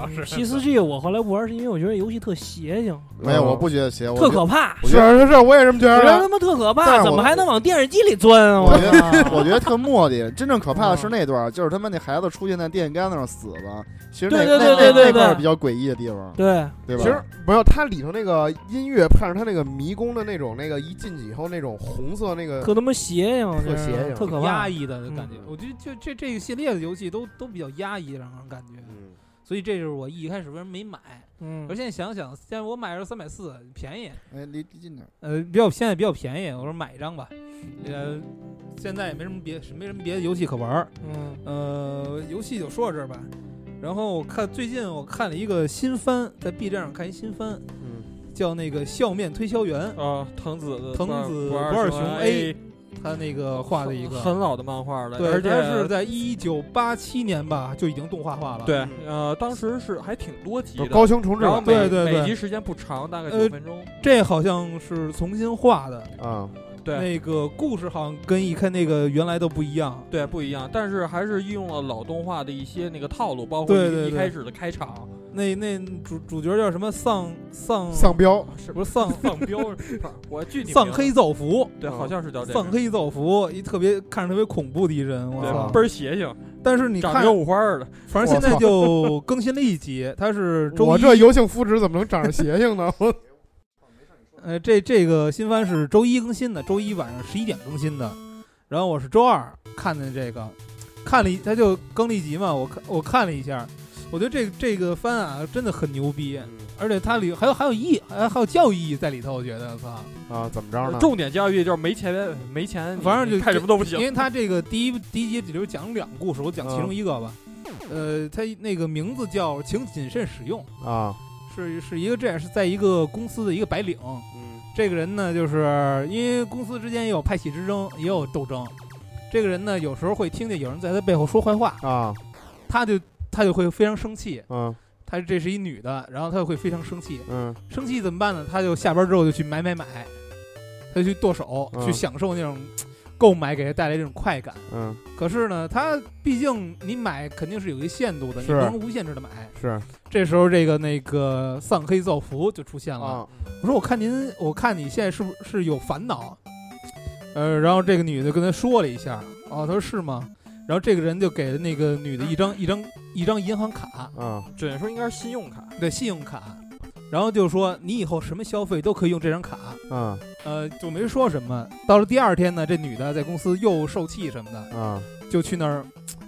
P4G 我后来不玩是因为我觉得游戏特邪性。 没有，我不觉得邪， 特可怕。 是，我也这么觉得。 我觉得他妈特可怕，怎么还能往电视机里钻啊？ 我觉得特磨叽。真正可怕的是那段，就是他妈那孩子出现在电线杆子上死了。其实那块比较诡异的地方，对吧？ 其实没有，它里头那个音乐配上它那个迷宫的那种一进去以后那种红色那个， 特他妈邪性， 特邪性， 特可怕， 压抑的感觉。我觉得就这个系列的游戏都比较压抑，让人感觉。所以这就是我一开始为什么没买。而现在想想，现在我买是340，便宜。离近点。现在比较便宜，我说买一张吧。现在也没什么别的游戏可玩。游戏就说到这儿吧。然后最近我看了一个新番，在 B 站上看一新番，叫那个笑面推销员藤子不二雄 A， 他那个画的一个很老的漫画了， 对，而且是在1987年吧就已经动画化了。 对，当时是还挺多集的， 高清重制版， 对， 每集时间不长，大概9分钟。 这好像是重新画的啊。 对， 那个故事好像跟一看那个原来都不一样， 对，不一样，但是还是运用了老动画的一些那个套路，包括一开始的开场， 那主角叫什么丧彪， 是不是丧彪？我具体丧黑造福， 对，好像是叫这个丧黑造福，看着特别恐怖的一人，我操， 倍儿邪性。 但是你看长五花的， 反正现在就更新了一集，它是周一。 我这油性肤质怎么能长着邪性呢？ 这个新番是周一更新的，周一晚上11点更新的，然后我是周二看的这个，他就更了一集嘛，我看了一下，我觉得这个番啊真的很牛逼，而且它里还有意义，还有教育意义在里头，我觉得操啊，怎么着呢？ 重点教育就是没钱， 反正就看什么都不行。 因为他这个第一集里头讲2个故事，我讲其中一个吧，他那个名字叫请谨慎使用啊。 是一个这样是在一个公司的一个白领，这个人呢，就是因为公司之间也有派系之争，也有斗争。这个人呢，有时候会听见有人在他背后说坏话啊， 他就会非常生气。 他这是一女的，然后他就会非常生气。生气怎么办呢？他就下班之后就去买，他就去剁手，去享受那种购买给他带来这种快感。可是呢，他毕竟你买肯定是有一个限度的，你不能无限制的买。 是。 这时候那个丧黑造福就出现了。我说我看你现在是不是有烦恼？然后这个女的跟他说了一下，他说是吗？然后这个人就给了那个女的一张银行卡， 准确说应该是信用卡， 对，信用卡。然后就说你以后什么消费都可以用这张卡，就没说什么。到了第二天呢，这女的在公司又受气什么的，就去那儿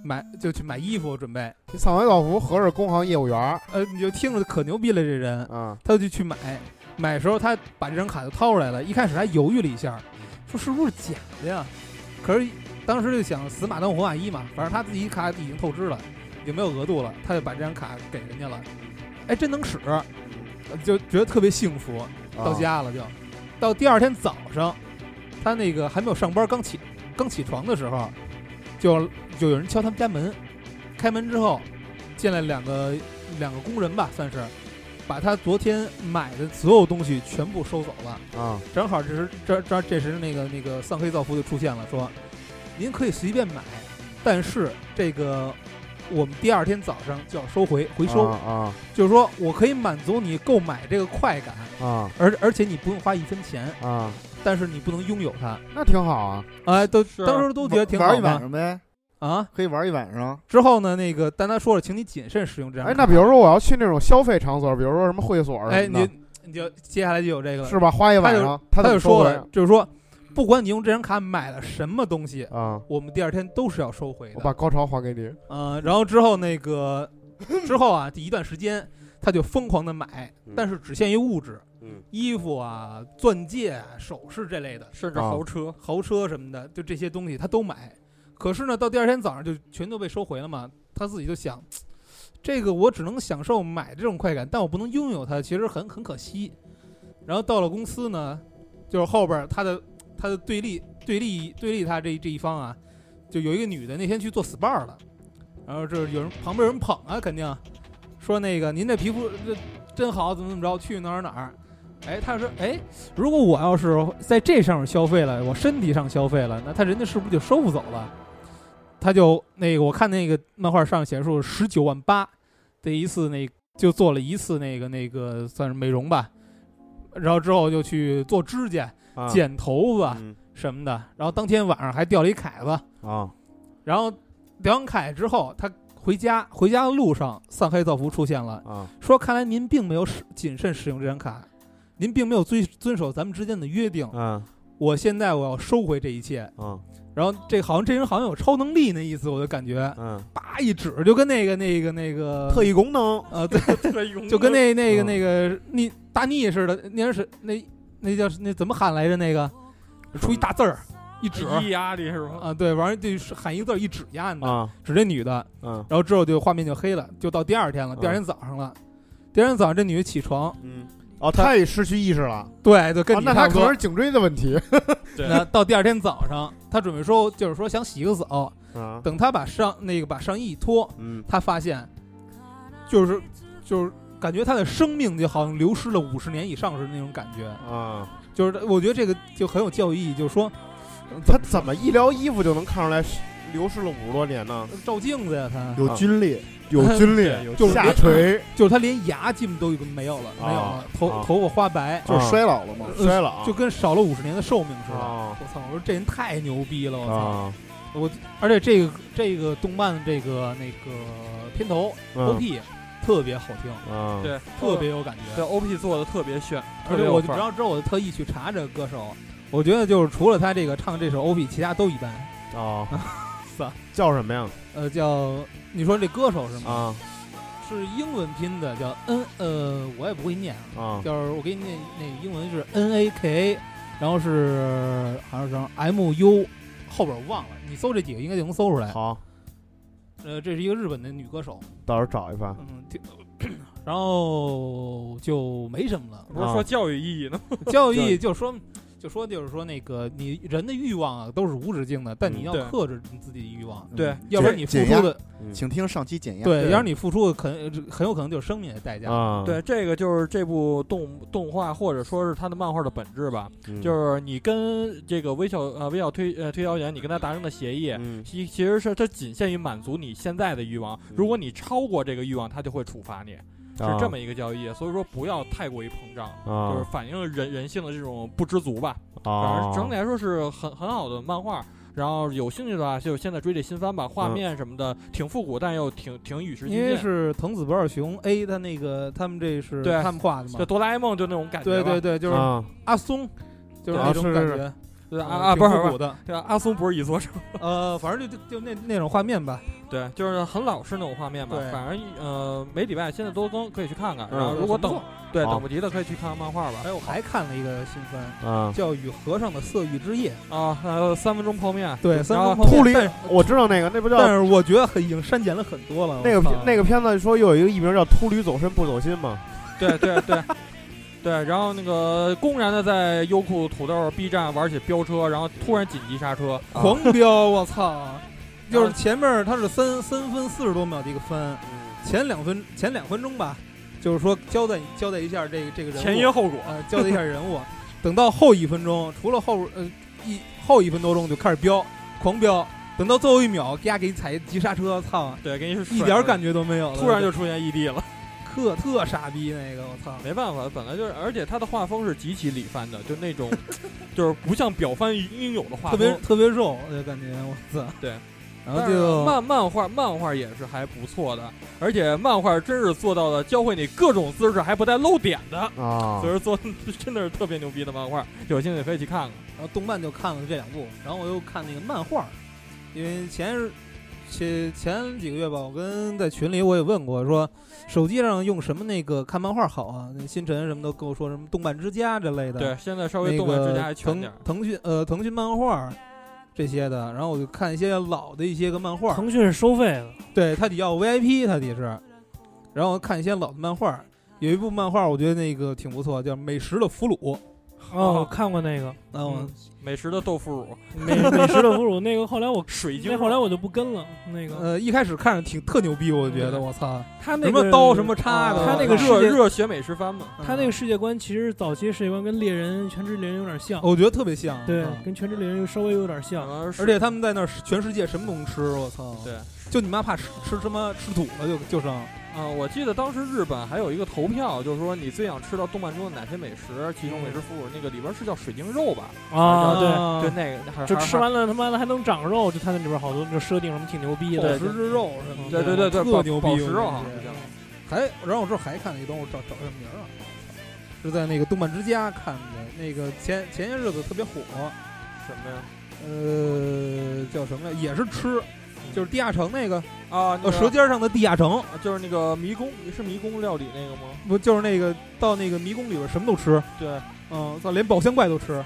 去买衣服准备。 上回道福合着工行业务员， 你就听着可牛逼了，这人他就去买的时候，他把这张卡就掏出来了，一开始还犹豫了一下，说是不是假的呀？可是当时就想死马当活马医嘛，反正他自己卡已经透支了，已经没有额度了，他就把这张卡给人家了。哎，真能使，就觉得特别幸福。到家了就，到第二天早上，他那个还没有上班，刚起床的时候，就有人敲他们家门。开门之后，进来两个工人吧，算是把他昨天买的所有东西全部收走了啊。正好这时那个丧黑造福就出现了，说您可以随便买，但是这个我们第二天早上就要回收啊，就是说我可以满足你购买这个快感啊，而且你不用花1分钱啊，但是你不能拥有它。 那挺好啊， 哎，当时都觉得挺好的， 玩一晚上呗。 啊， 可以玩一晚上。 之后呢，但他说了，请你谨慎使用这样。 哎，那比如说我要去那种消费场所，比如说什么会所什么的， 哎，你就接下来就有这个了， 是吧？花一晚上， 他就说了，就是说，不管你用这张卡买了什么东西啊，我们第二天都是要收回的。 我把高潮还给你。 然后之后之后啊，第一段时间他就疯狂的买，但是只限于物质，衣服啊、钻戒啊、首饰这类的， 甚至豪车什么的，就这些东西他都买。可是呢，到第二天早上就全都被收回了嘛。他自己就想，这个我只能享受买这种快感，但我不能拥有它，其实很可惜。然后到了公司呢，就是后边他的对立他这一方啊，就有一个女的那天去做 SPA 了，然后这旁边有人捧啊，肯定说那个您这皮肤真好，怎么着，去哪儿。哎，他说，哎，如果我要是在这上面消费了，我身体上消费了，那他人家是不是就收不走了？他就我看那个漫画上写数19.8万的一次，就做了一次那个算是美容吧，然后之后就去做指甲、剪头发什么的，然后当天晚上还掉了一凯子啊，然后掉完凯之后，他回家的路上，丧黑造福出现了啊，说看来您并没有谨慎使用这张卡，您并没有遵守咱们之间的约定啊，我现在我要收回这一切啊。然后这人好像有超能力那意思，我就感觉，叭一指就跟那个特异功能对，特异功能就跟那个大逆似的，那是那叫那怎么喊来着？那个出一大字儿，一指压力是吧？ 啊，对，完了就喊一个字一指压的，指这女的，然后之后就画面就黑了，就到第二天了，第二天早上了，第二天早上这女的起床， 他也失去意识了， 对，就跟你那他可能是颈椎的问题。 那到第二天早上，他准备就是说想洗个澡，等他把上衣一脱，他发现就是感觉他的生命就好像流失了50年以上是那种感觉啊，就是我觉得这个就很有教育意义，就是说他怎么一撩衣服就能看出来流失了50多年呢？ 照镜子呀，他有皲裂。 有皲裂， 就是下垂， 就是他连牙基本都没有了，头发花白， 就是衰老了嘛， 衰老， 就跟少了50年的寿命似的。我操！我说这人太牛逼了，我操！而且这个动漫的那个片头 OP 特别好听， 对， 特别有感觉， 对 OP 做的特别炫， 而且我之后我特意去查这个歌手，我觉得就是除了他这个唱这首 OP， 其他都一般。 哦，叫什么呀？ 叫你说这歌手是吗？啊，是英文拼的，叫我也不会念啊，就是我给你念那个英文是 NAKA， 然后是好像是 MU， 后边我忘了，你搜这几个应该就能搜出来。 好， 这是一个日本的女歌手， 到时候找一番。 然后就没什么了。 不是说教育意义呢？ 教育意义就是说那个你人的欲望啊都是无止境的，但你要克制你自己的欲望， 对， 要不然你付出的， 请听上期减压， 对，要是你付出的很有可能就是生命的代价啊。对，这个就是这部动画或者说是它的漫画的本质吧，就是你跟这个微笑推销员，你跟他达成的协议，其实是它仅限于满足你现在的欲望，如果你超过这个欲望，它就会处罚你。是这么一个交易，所以说不要太过于膨胀，就是反映了人性的这种不知足吧。反正整体来说是很好的漫画，然后有兴趣的话就现在追这新番吧，画面什么的挺复古，但又挺与时俱进。 因为是藤子不二雄 A， 他们这是他们画的嘛， 就哆啦 A 梦就那种感觉。 对，就是阿松，就是那种感觉。 对不是复古的，对阿松不是一座城， 反正就那种画面吧， 对，就是很老式那种画面吧。 对， 反正每礼拜现在都更可以去看看，然后如果等不及的可以去看看漫画吧。 哎，我还看了一个新番，叫《与和尚的色欲之夜》 啊，还有3分钟泡面， 对，3分钟秃驴，我知道那个，那不叫， 但是我觉得已经删减了很多了。 那个片子说又有一个艺名叫“秃驴走身不走心”嘛， 对。对，然后那个公然的在优酷、土豆、B 站玩起飙车，然后突然紧急刹车， 狂飙！我操！就是前面它是3分40多秒的一个番，前两分钟吧，就是说交代一下这个人物前因后果， 交代一下人物。等到后1分钟，除了后1分多钟就开始飙，狂飙。等到最后1秒，给你踩急刹车，操！ 对，给你一点感觉都没有了， 突然就出现ED了。 特傻逼那个，我操！ 没办法，本来就是，而且他的画风是极其里番的，就那种，就是不像表番应有的画风， 特别肉，就感觉我操。 对， 然后就漫画也是还不错的，而且漫画真是做到了教会你各种姿势还不带露点的啊，所以做真的是特别牛逼的漫画，有兴趣可以去看看。 然后动漫就看了这2部，然后我又看那个漫画，因为前几个月吧，我在群里我也问过，说手机上用什么那个看漫画好啊？那星辰什么都跟我说什么动漫之家之类的。 对，现在稍微动漫之家还全点。 腾讯漫画这些的，然后我就看一些老的一些个漫画。 腾讯是收费的， 对，它得要 VIP， 它得是。然后看一些老的漫画，有一部漫画我觉得那个挺不错，叫《美食的俘虏》。 哦，看过那个， 美食的豆腐乳， 美食的俘虏那个，后来我水晶， 后来我就不跟了。那个一开始看着特牛逼，我觉得我操， 他那个什么刀什么叉的， 他那个热血美食番嘛， 他那个世界观其实早期世界观跟全职猎人有点像， 我觉得特别像， 对，跟全职猎人稍微有点像， 而且他们在那儿全世界什么都能吃，我操， 对， 就你妈怕吃什么吃土了就剩。 我记得当时日本还有一个投票，就是说你最想吃到动漫中的哪些美食，其中美食俘虏那个里边是叫水晶肉吧？ 啊，对， 就那个， 就吃完了他妈的还能长肉，就它那里边好多就设定什么挺牛逼的， 宝石之肉什么的，对， 特牛逼， 宝石肉好像是。 然后我这还看了一个，我找什么名啊？是在那个动漫之家看的，那个前些日子特别火， 什么呀？ 叫什么来？也是吃。就是地下城那个啊， 舌尖上的地下城， 就是那个迷宫，是迷宫料理那个吗？ 不，就是那个到那个迷宫里边什么都吃， 对， 连宝箱怪都吃，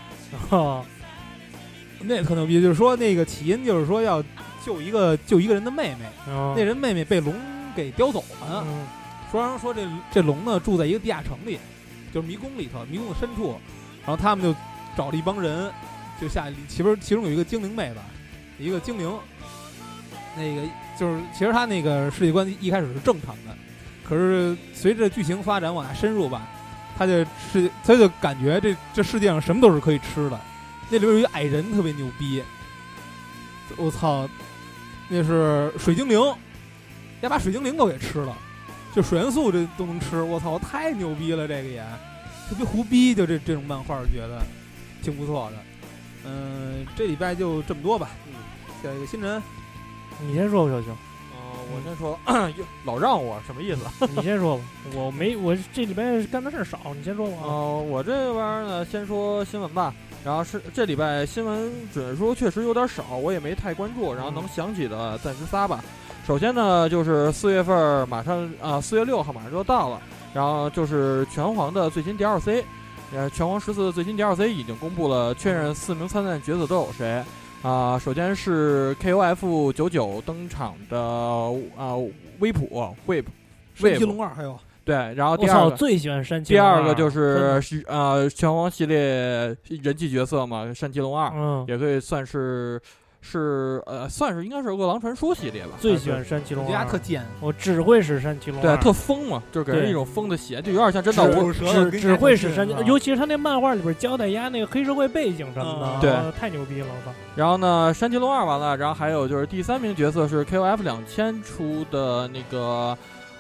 那特牛逼。就是说那个起因就是说要救一个人的妹妹，那人妹妹被龙给叼走了，说这龙呢住在一个地下城里，就是迷宫里头，迷宫的深处，然后他们就找了一帮人，就其中有一个精灵妹子，一个精灵。那个就是，其实他那个世界观一开始是正常的，可是随着剧情发展往下深入吧，他就感觉这世界上什么都是可以吃的。那里边有一矮人特别牛逼，我操，那是水精灵，要把水精灵都给吃了，就水元素这都能吃，我操，太牛逼了，这个也特别胡逼，就这种漫画觉得挺不错的。这礼拜就这么多吧。下一个新人。 你先说吧，小熊。 我先说，老让我什么意思？ 你先说吧，我这礼拜干的事少，你先说吧。 我这边呢，先说新闻吧。然后是这礼拜新闻准说确实有点少，我也没太关注，然后能想起的暂时仨吧。首先呢，就是4月份马上4月6号马上就到了，然后就是拳皇的最新 DLC，拳皇14的最新 DLC 已经公布了，确认4名参战角色都有谁。首先是 KOF99 登场的威普山崎龙二，还有对，然后第二个最喜欢山崎第二个就是拳皇系列人气角色嘛，山崎龙二，也可以算是算是应该是饿狼传说系列吧。 最喜欢山崎龙二， 特贱， 我只会使山崎龙二，对，特疯嘛，就是给人一种疯的血，就有点像真的我只会使山崎，尤其是他那漫画里边交代那个黑社会背景什么的， 对， 太牛逼了，我操。 然后呢，山崎龙二完了，然后还有就是第3名角色是 KOF2000出的那个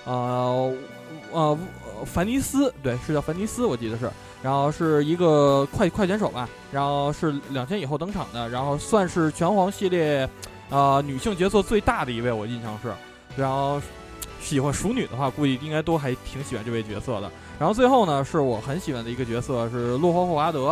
凡尼斯，对，是叫凡尼斯，我记得是。然后是一个快拳手吧，然后是2000以后登场的，然后算是拳皇系列女性角色最大的一位，我印象是。然后喜欢熟女的话，估计应该都还挺喜欢这位角色的。然后最后呢，是我很喜欢的一个角色是洛霍霍华德，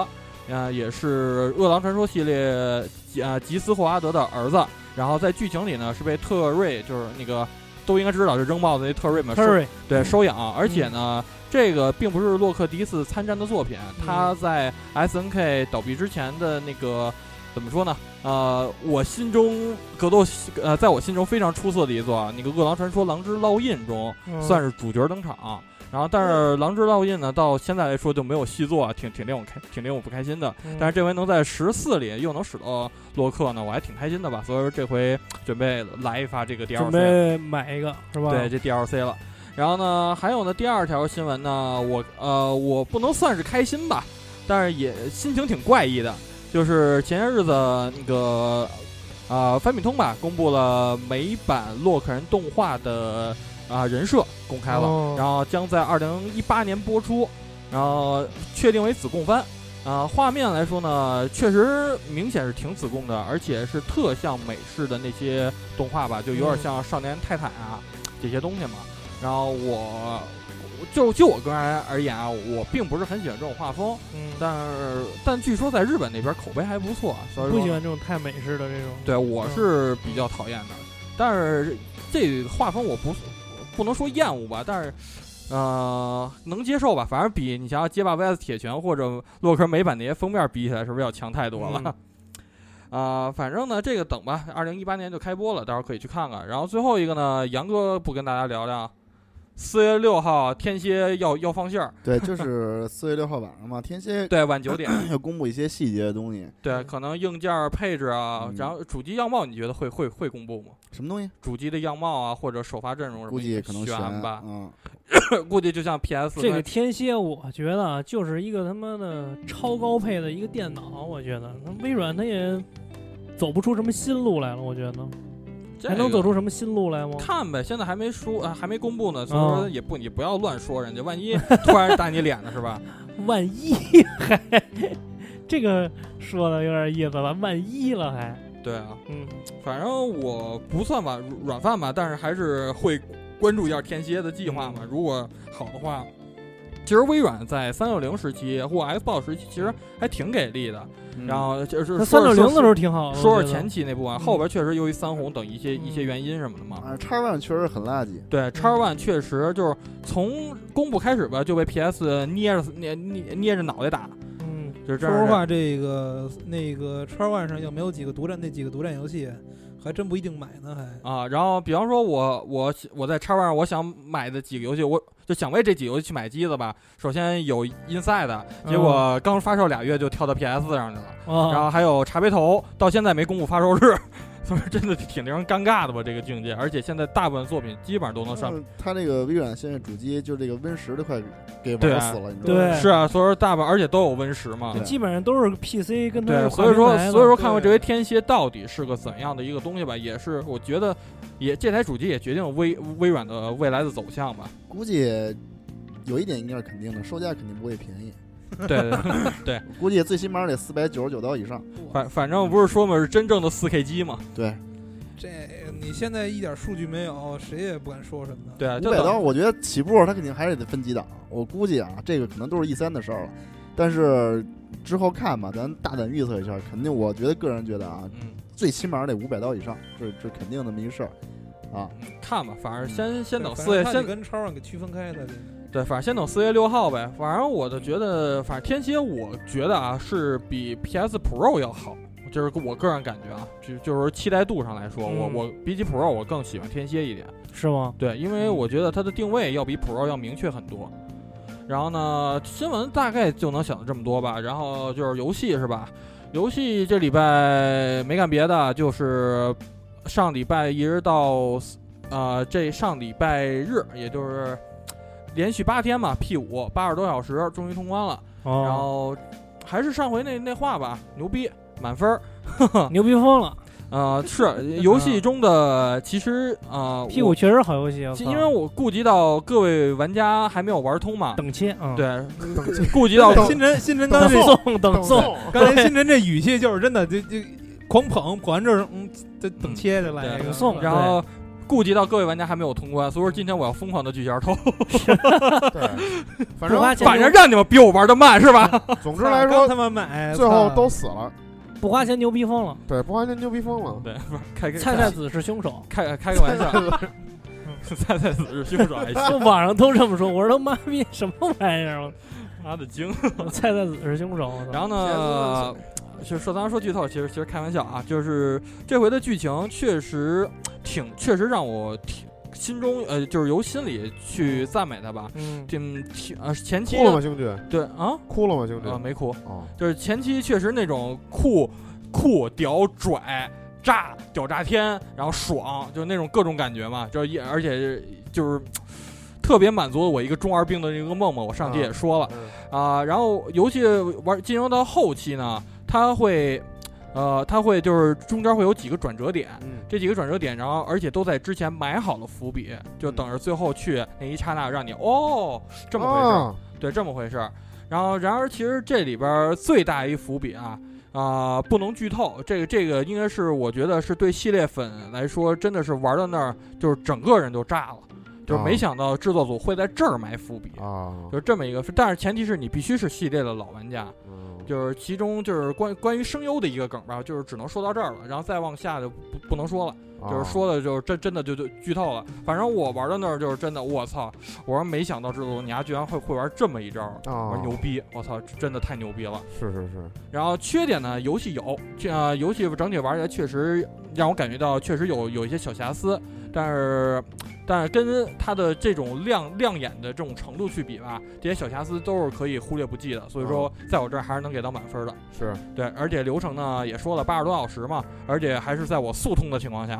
也是《饿狼传说》系列吉斯霍华德的儿子。然后在剧情里呢，是被特瑞，就是那个都应该知道，就扔帽子那特瑞嘛，对收养。而且呢，这个并不是洛克第一次参战的作品，他在 SNK 倒闭之前的那个怎么说呢？我心中格斗在我心中非常出色的一座那个《饿狼传说：狼之烙印》中，算是主角登场。然后，但是《狼之烙印》呢，到现在来说就没有续作，挺令我不开心的。但是这回能在14里又能使到洛克呢，我还挺开心的吧。所以说这回准备来一发这个 DLC， 准备买一个是吧？ 对，这 DLC 了。然后呢，还有呢，第二条新闻呢，我不能算是开心吧，但是也心情挺怪异的，就是前些日子那个翻米通吧公布了美版洛克人动画的人设公开了，然后将在2018年播出，然后确定为子贡番。画面来说呢，确实明显是挺子贡的，而且是特像美式的那些动画吧，就有点像少年泰坦这些东西嘛。然后就我个人而言我并不是很喜欢这种画风，但据说在日本那边口碑还不错，所以说不喜欢这种太美式的这种。 对，我是比较讨厌的，但是这个画风我不能说厌恶吧，但是能接受吧。反正比你想要街霸 VS 铁拳或者洛克美版那些封面比起来，是不是要强太多了？反正呢，这个等吧，2018年就开播了，到时候可以去看看。然后最后一个呢，杨哥不跟大家聊聊，4月6号天蝎要放线儿。 对，就是4月6号晚上嘛，天蝎对晚9点要公布一些细节的东西。 对，可能硬件配置然后主机样貌，你觉得会公布吗？ 什么东西？ 主机的样貌或者首发阵容什么？ 估计可能悬吧。估计就像 PS 这个天蝎，我觉得就是一个他妈的超高配的一个电脑。我觉得微软它也走不出什么新路来了，我觉得。还能走出什么新路来吗？ 看呗，现在还没说还没公布呢，所以说你不要乱说人家，万一突然打你脸了是吧？ 万一还这个说的有点意思了，万一了还。 对啊，反正我不算吧软饭吧，但是还是会关注一下天蝎的计划嘛。如果好的话，其实微软在360时期或 Xbox 时期其实还挺给力的。然后就是 360的时候挺好的， 说是前期那部分，后边确实由于3红等一些原因什么的嘛。 X1 确实很垃圾。 对，X1确实就是从公布开始吧，就被 PS 捏着脑袋打。就是这样。 说实话，那个 X1 上要没有几个独占游戏，还真不一定买呢还。 然后比方说我在 X1 我想买的几个游戏，我就想为这几个游戏去买机子吧。首先有 Inside， 结果刚发售2月就跳到 PS 上去了。然后还有茶杯头，到现在没公布发售日。所以真的挺令人尴尬的吧，这个境界。而且现在大部分作品基本上都能上。 他这个微软现在主机就这个 Win10都快给玩死了，你知道吗？ 对， 是啊，所以说大部分而且都有 Win10嘛， 基本上都是 PC 跟它。 对，所以说看看这回天蝎到底是个怎样的一个东西吧，也是我觉得这台主机也决定了微软的未来的走向吧。 估计有一点应该是肯定的，售价肯定不会便宜。 对， 估计最起码得499刀以上。 反正不是说嘛，是真正的4K 机嘛。 对， 这你现在一点数据没有，谁也不敢说什么。 对啊 ，500刀我觉得起步它肯定还是得分几档。我估计这个可能都是E3的事儿了，但是之后看吧，咱大胆预测一下，肯定我觉得个人觉得最起码得500刀以上，这肯定那么一事儿看吧，反正先等4月，先跟X1给区分开的。 对，反正先等4月6号呗。反正我就觉得，反正天蝎，我觉得是比 PS Pro 要好，就是我个人感觉就是期待度上来说，我比起 Pro 我更喜欢天蝎一点。 是吗？ 对，因为我觉得它的定位要比 Pro 要明确很多。然后呢，新闻大概就能想到这么多吧。然后就是游戏是吧？游戏这礼拜没干别的，就是上礼拜一直到这上礼拜日，也就是连续8天嘛 ，P5 80多小时终于通关了。然后还是上回那话吧，牛逼，满分牛逼疯了。 是游戏中的其实 P5 确实好游戏， 因为我顾及到各位玩家还没有玩通嘛， 等切， 对，顾及到新晨等送， 刚才新晨这语气就是真的就狂捧完这等切的来等送， 然后顾及到各位玩家还没有通关，所以说今天我要疯狂的举下头。 对，反正让你们比我玩的慢是吧？ 总之来说， 他们买最后都死了。 不花钱牛逼疯了， 对，不花钱牛逼疯了。 对，不是菜子是凶手， 开个玩笑。菜子是凶手还行， 网上都这么说。我说他妈逼什么玩意儿？ 妈的精！ 菜子是凶手。 然后呢，就说咱说剧透，其实开玩笑啊，就是这回的剧情确实让我心中就是由心里去赞美他吧。前期哭了吗，兄弟？ 对啊， 哭了吗，兄弟？ 没哭。 哦， 就是前期确实那种酷屌拽。炸屌炸天，然后爽，就是那种各种感觉嘛，而且就是特别满足了我一个中二病的一个梦嘛。我上期也说了然后游戏进行到后期呢，它会就是中间会有几个转折点，这几个转折点，然后而且都在之前埋好了伏笔，就等着最后去那一刹那让你这么回事，对，这么回事。然而其实这里边最大一伏笔不能剧透，这个应该是我觉得是对系列粉来说真的是玩到那儿就是整个人就炸了，就是没想到制作组会在这儿埋伏笔就是这么一个，但是前提是你必须是系列的老玩家，就是其中就是关于声优的一个梗吧，就是只能说到这儿了，然后再往下就不能说了。就是说的就是真的就剧透了。反正我玩到那儿就是真的，我操！我说没想到制作组你居然会玩这么一招，我说牛逼！我操，真的太牛逼了。 是。 然后缺点呢，游戏有，游戏整体玩起来确实让我感觉到确实有一些小瑕疵，但是跟它的这种亮眼的这种程度去比吧，这些小瑕疵都是可以忽略不计的。所以说，在我这儿还是能给到满分的。 是对，而且流程呢也说了80多小时嘛，而且还是在我速通的情况下。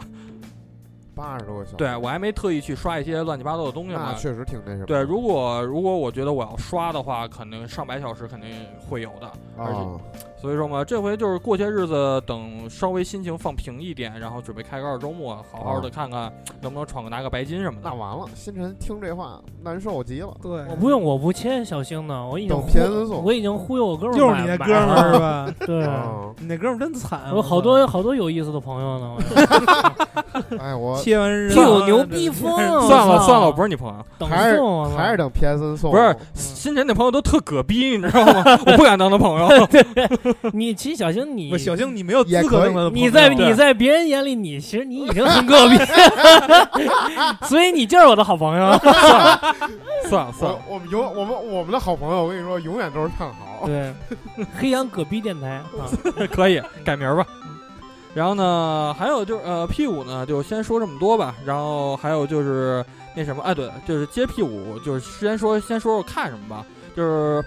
80多个小时， 对，我还没特意去刷一些乱七八糟的东西嘛。 那确实挺那什么。 对，如果我觉得我要刷的话，可能上百小时肯定会有的。而且，所以说嘛，这回就是过些日子，等稍微心情放平一点，然后准备开个2周末，好好的看看能不能拿个白金什么的。 那完了，星辰听这话难受极了。 对， 我不签小星呢，我已经忽悠我哥们儿， 就是你那哥们儿是吧？ 对， 你那哥们儿真惨。 我好多有意思的朋友呢。 哎，我切完日就有牛逼疯。 算了，我不是你朋友， 还是等 PSN 送。 不是，新辰那朋友都特葛逼，你知道吗？我不敢当他朋友。 你其实小星小星你没有资格当他的朋友。 你在别人眼里其实你已经很葛逼，所以你就是我的好朋友。 算了， 我们的好朋友，我跟你说，永远都是看好。 对，黑羊葛逼电台可以改名吧。然后呢，还有就是P5呢，就先说这么多吧。然后还有就是那什么，对，就是接 P5，就是先说看什么吧。就是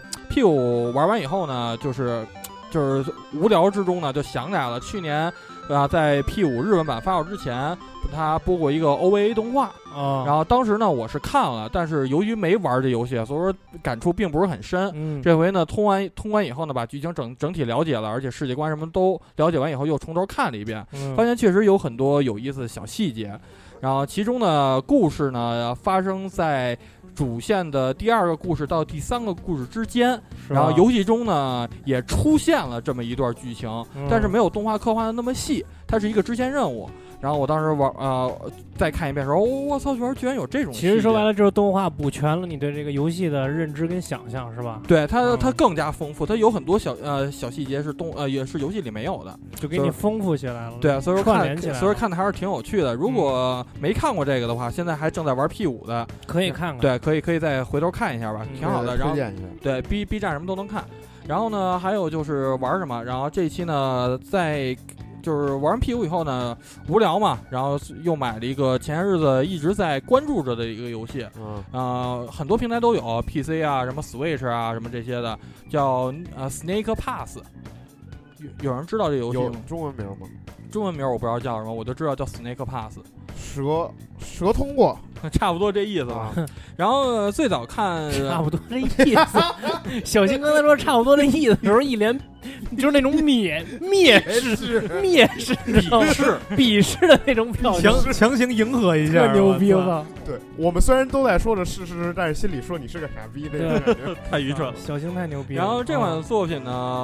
P5 玩完以后呢，就是无聊之中呢，就想起来了，去年在 P5 日本版发售之前，他播过一个 OVA 动画。然后当时呢我是看了，但是由于没玩这游戏，所以说感触并不是很深。这回呢通关以后呢，把剧情整体了解了，而且世界观什么都了解完以后，又从头看了一遍，发现确实有很多有意思的小细节。然后其中呢故事呢发生在主线的第2个故事到第3个故事之间，然后游戏中呢也出现了这么一段剧情，但是没有动画刻画的那么细，它是一个支线任务。然后我当时再看一遍的时候，我操，居然有这种。 其实说白了，就是动画补全了你对这个游戏的认知跟想象，是吧？ 对，它更加丰富，它有很多小细节是也是游戏里没有的， 就给你丰富起来了。 对，所以说串联起来， 所以说看的还是挺有趣的。如果没看过这个的话，现在还正在玩 P5 的， 可以看看。 对，可以再回头看一下吧，挺好的。然后对 B 站什么都能看。然后呢，还有就是玩什么？然后这一期呢，就是玩完 P5 以后呢，无聊嘛，然后又买了一个前些日子一直在关注着的一个游戏，很多平台都有 PC 啊，什么 Switch 啊，什么这些的，叫Snake Pass。有人知道这游戏吗？ 有中文名吗？ 中文名我不知道叫什么，我就知道叫 Snake Pass。 蛇通过， 差不多这意思吧。然后最早看差不多这意思。小新刚才说差不多这意思的时候，一脸就是那种蔑视、鄙视的那种表情， 强行迎合一下， 牛逼了。 对，我们虽然都在说着是，但是心里说你是个傻逼，那种感觉太愚蠢了。 小新太牛逼了。 然后这款作品呢，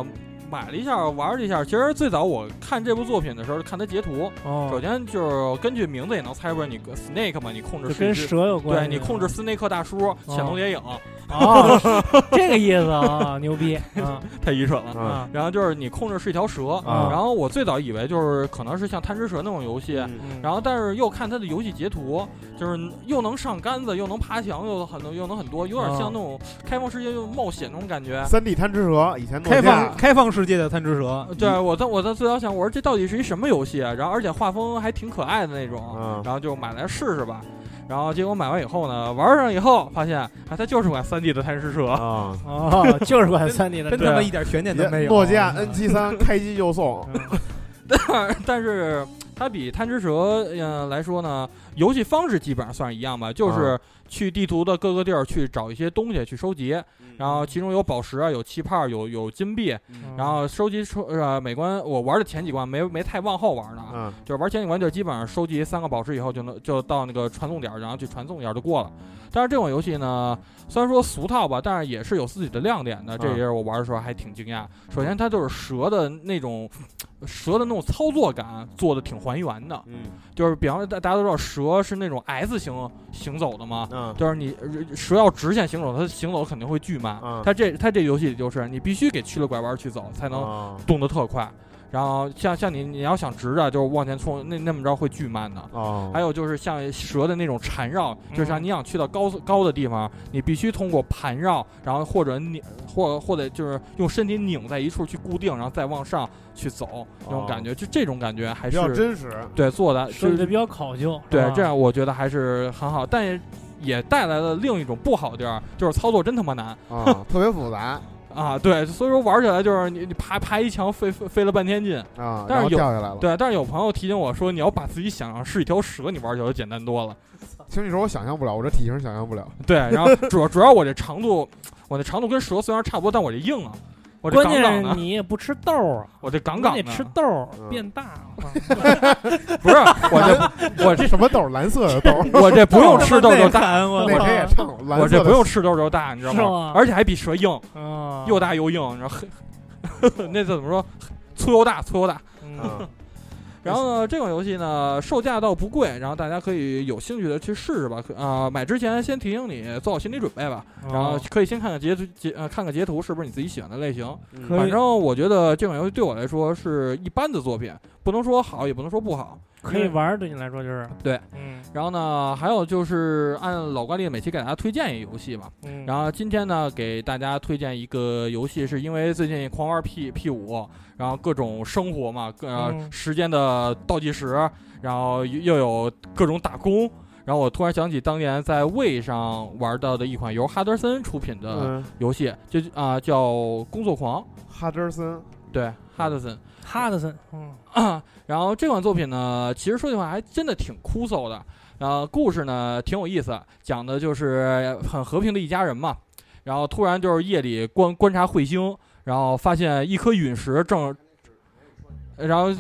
买了一下玩了一下。其实最早我看这部作品的时候，看它截图，首先就是根据名字也能猜出来，你 Snake 嘛，你控制跟蛇有关， 对你控制斯内克大叔潜龙谍影。 这个意思啊，牛逼， 太愚蠢了。然后就是你控制是一条蛇，然后我最早以为就是可能是像贪吃蛇那种游戏，然后但是又看它的游戏截图，就是又能上杆子，又能爬墙，又能很多，有点像那种开放世界又冒险那种感觉。 3D 贪吃蛇，以前开放世界的贪吃蛇。 对，我在最早想，我说这到底是一什么游戏啊？然后而且画风还挺可爱的那种，然后就买来试试吧。然后结果买完以后呢，玩上以后发现，它就是款3D 的贪吃蛇就是款3D 的， 真他妈一点悬念都没有。 诺基亚 N73 开机就送， 但是它比贪吃蛇来说呢，游戏方式基本上算是一样吧，就是去地图的各个地儿去找一些东西去收集，然后其中有宝石啊，有气泡，有金币，然后收集每关我玩的前几关没太往后玩呢，就是玩前几关就基本上收集3个宝石以后就到那个传送点，然后去传送一下就过了。但是这款游戏呢，虽然说俗套吧，但是也是有自己的亮点的，这也是我玩的时候还挺惊讶。首先它就是蛇的那种操作感做的挺还原的，就是比方说大家都知道蛇是那种 S 型行走的嘛，就是你蛇要直线行走，它行走肯定会巨慢，它这游戏里就是你必须给去了拐弯去走才能动得特快。然后像你要想直着，就是往前冲，那么着会巨慢的。还有就是像蛇的那种缠绕，就是像你想去到高的地方，你必须通过盘绕，然后或者拧，或者就是用身体拧在一处去固定，然后再往上去走，那种感觉，就这种感觉还是比较真实。 对，做的就是比较考究。 对，这样我觉得还是很好，但也带来了另一种不好的地儿，就是操作真他妈难特别复杂。 对，所以说玩起来就是你爬一墙费了半天劲但是掉下来了。 对，但是有朋友提醒我说，你要把自己想象是一条蛇，你玩起来就简单多了。 其实你说我想象不了，我这体型想象不了。 对，然后主要我这长度跟蛇虽然差不多，但我这硬啊。我这关键是你也不吃豆啊， 我这杠杠的， 你吃豆变大不是我这什么豆？蓝色的豆， 我这不用吃豆就大， 那谁也唱我这不用吃豆就大，你知道吗？而且还比蛇硬，又大又硬，然后那怎么说？粗又大。然后呢，这款游戏呢售价倒不贵，然后大家可以有兴趣的去试试吧。买之前先提醒你做好心理准备吧，然后可以先看看截图是不是你自己喜欢的类型。反正我觉得这款游戏对我来说是一般的作品，不能说好，也不能说不好， 可以玩，对你来说就是对。然后呢，还有就是按老惯例每期给大家推荐一个游戏嘛。然后今天呢给大家推荐一个游戏，是因为最近狂玩 P5。然后各种生活嘛，时间的倒计时，然后又有各种打工，然后我突然想起当年在位上玩到的一款由哈德森出品的游戏，就叫工作狂。 哈德森， 对，哈德森，然后这款作品呢，其实说句话还真的挺枯燥的，故事呢挺有意思，讲的就是很和平的一家人嘛，然后突然就是夜里观察彗星。然后发现一颗陨石然后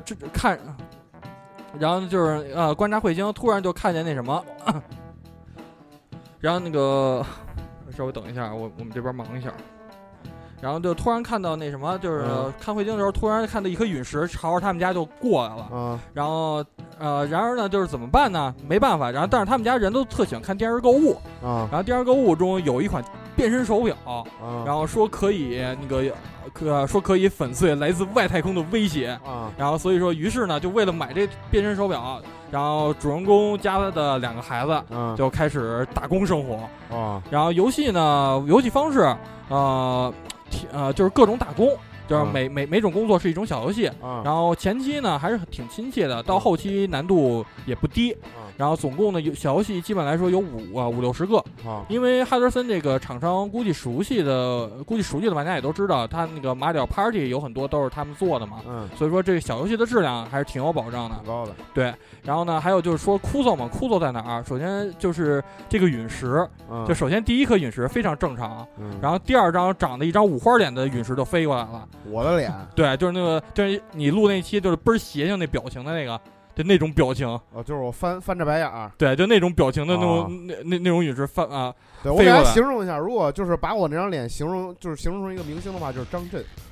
然后就是观察彗星，突然就看见那什么，然后那个稍微等一下，我们这边忙一下，然后就突然看到那什么，就是看彗星的时候，突然看到一颗陨石朝着他们家就过来了，然后然而呢，就是怎么办呢？没办法，然后但是他们家人都特喜欢看电视购物然后电视购物中有一款变身手表然后说可以说可以粉碎来自外太空的威胁然后所以说于是呢就为了买这变身手表，然后主人公加他的2个孩子就开始打工生活然后游戏方式就是各种打工，就是每种工作是一种小游戏然后前期呢还是挺亲切的，到后期难度也不低然后总共呢小游戏基本来说有50-60个因为哈德森这个厂商估计熟悉的玩家也都知道，他那个马里奥 Party 有很多都是他们做的嘛所以说这个小游戏的质量还是挺有保障的， 高的。 对，然后呢还有就是说枯燥在哪儿？首先就是这个陨石就首先第一颗陨石非常正常然后第二张长得一张五花脸的陨石就飞过来了， 我的脸对，就是那个就是你录那期就是倍儿邪性那表情的那个就那种表情就是我翻着白眼儿， 对，就那种表情的那种那种陨石对，我给大家形容一下，如果就是把我那张脸形容成一个明星的话，就是张震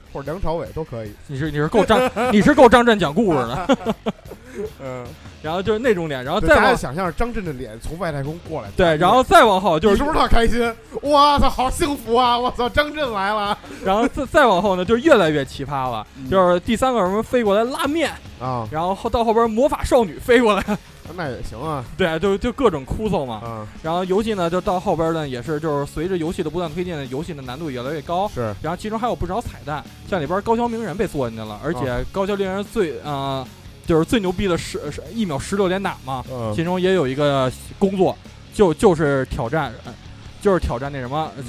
或者梁朝伟都可以。 你是够张震讲故事的。然后就是那种脸，然后再往想象张震的脸从外太空过来， 对，然后再往后就是是不是特开心？哇操，好幸福啊！我操，张震来了。 然后再往后呢，就是越来越奇葩了，就是第三个什么飞过来拉面啊， 然后到后边魔法少女飞过来， 那也行啊。 对，就各种哭搜嘛。然后游戏呢，就到后边呢也是就是随着游戏的不断推进，游戏的难度越来越高。 是， 然后其中还有不少彩蛋，像里边高桥名人被做进去了，而且高桥名人就是最牛逼的1秒16连打嘛，其中也有一个工作，就是挑战，那什么，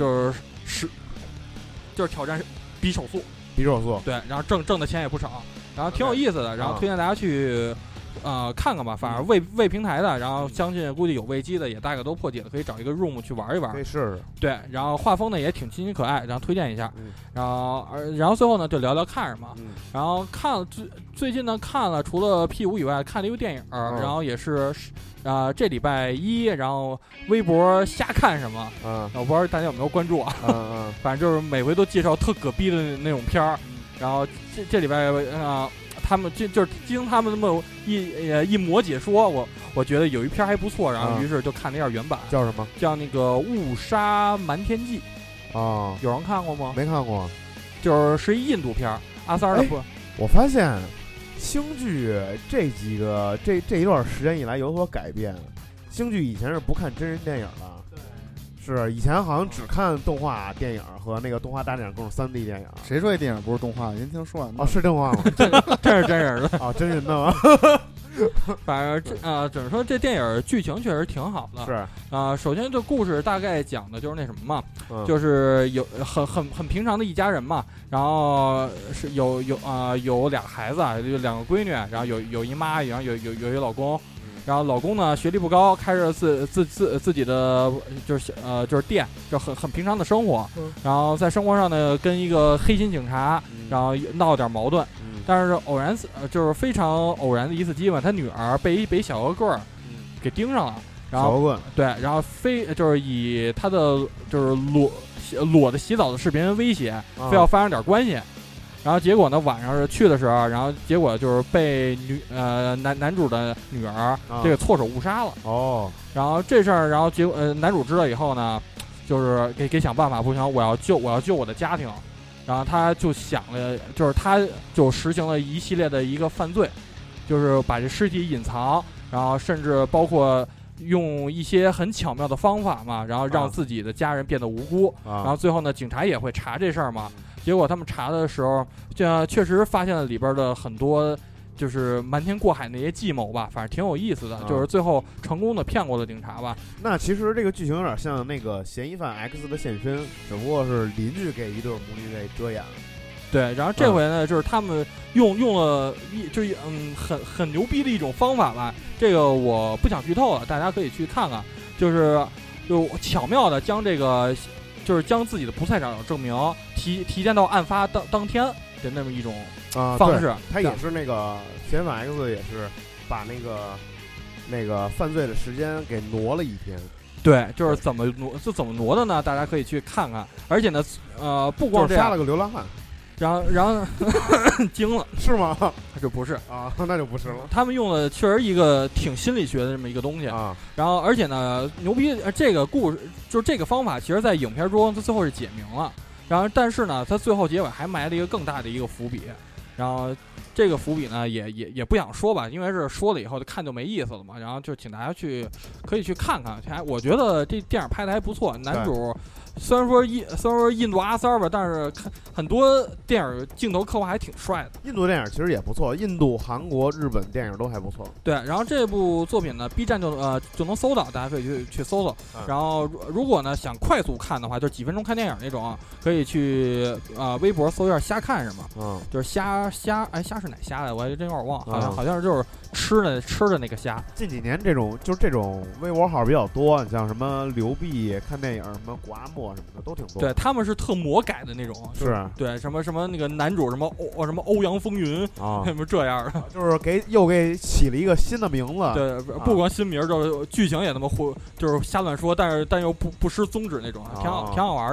就是挑战比手速，对，然后挣的钱也不少，然后挺有意思的，然后推荐大家去看看吧，反正未平台的，然后相信估计有未机的也大概都破解了，可以找一个 room 去玩一玩， 可以试试。对， 然后画风呢也挺清新可爱，然后推荐一下。然后最后呢就聊聊看什么，然后最近呢看了除了 P5 以外看了一个电影，然后也是这礼拜一，然后微博瞎看什么，我不知道大家有没有关注啊，反正就是每回都介绍特葛逼的那种片儿，然后这礼拜他们就是经他们那么一模解说，我觉得有一篇还不错，然后于是就看了一下原版， 叫什么？叫那个《误杀瞒天记》 啊， 有人看过吗？ 没看过， 就是一印度片，阿三的不。 我发现星剧这一段时间以来有所改变，星剧以前是不看真人电影的。是以前好像只看动画电影和那个动画大电影各种3D 电影。 谁说这电影不是动画？您听说完哦，是动画吗？ 这是真人的哦，真人的吗？ 反正怎么说，这电影剧情确实挺好的。 是首先这故事大概讲的就是那什么嘛，就是有很平常的一家人嘛，然后是有俩孩子，有2个闺女，然后有一妈，然后有一老公。然后老公呢学历不高，开着自己的就是店，就很平常的生活。然后在生活上呢跟一个黑心警察，然后闹点矛盾。但是就是非常偶然的一次机会，他女儿被一小恶棍给盯上了，然后小恶棍对，然后就是以他的就是裸的洗澡的视频威胁，非要发生点关系。然后结果呢，晚上去的时候，然后结果就是被男主的女儿这个错手误杀了。 哦， 然后这事儿，然后男主知道以后呢，就是给想办法，不行，我要救我的家庭。然后他就想了，就是他就实行了一系列的一个犯罪，就是把这尸体隐藏，然后甚至包括用一些很巧妙的方法嘛，然后让自己的家人变得无辜。然后最后呢，警察也会查这事儿嘛。结果他们查的时候，确实发现了里边的很多就是瞒天过海那些计谋吧，反正挺有意思的，就是最后成功的骗过了警察吧。 那其实这个剧情有点像那个嫌疑犯 X 的现身，只不过是邻居给一对母女给遮掩了。 对，然后这回呢，就是他们用了就是很牛逼的一种方法吧，这个我不想剧透了，大家可以去看看，就巧妙的将这个。就是将自己的不在场证明提前到案发当天的那么一种方式。 他也是那个嫌犯 X 也是把那个犯罪的时间给挪了1天。 对，就是怎么挪的呢？大家可以去看看。而且呢，不光这样， 杀了个流浪汉。 然后惊了， 是吗？ 这不是啊，那就不是了。 他们用的确实一个挺心理学的这么一个东西啊。 然后而且呢，牛逼，这个故事就是这个方法，其实在影片中它最后是解明了。然后但是呢，它最后结尾还埋了一个更大的一个伏笔。然后这个伏笔呢，也不想说吧，因为是说了以后就看就没意思了嘛。然后就请大家可以去看看。我觉得这电影拍的还不错，男主。虽然说印度阿三吧，但是看很多电影镜头刻画还挺帅的。 印度电影其实也不错，印度、韩国、日本电影都还不错。 对，然后这部作品呢 ，B 站就能搜到，大家可以去搜搜。然后如果呢想快速看的话，就几分钟看电影那种，可以去微博搜一下瞎看什么，就是虾是哪虾来？我还真有点忘，好像就是吃的那个虾。 近几年这种微博号比较多，像什么刘碧看电影，什么古阿莫。什么的都挺多， 对，他们是特魔改的那种， 是对什么那个男主什么欧阳风云啊， 什么这样的， 就是又给起了一个新的名字， 对，不光新名，就是剧情也那么就是瞎乱说，但又不失宗旨那种，挺好玩的。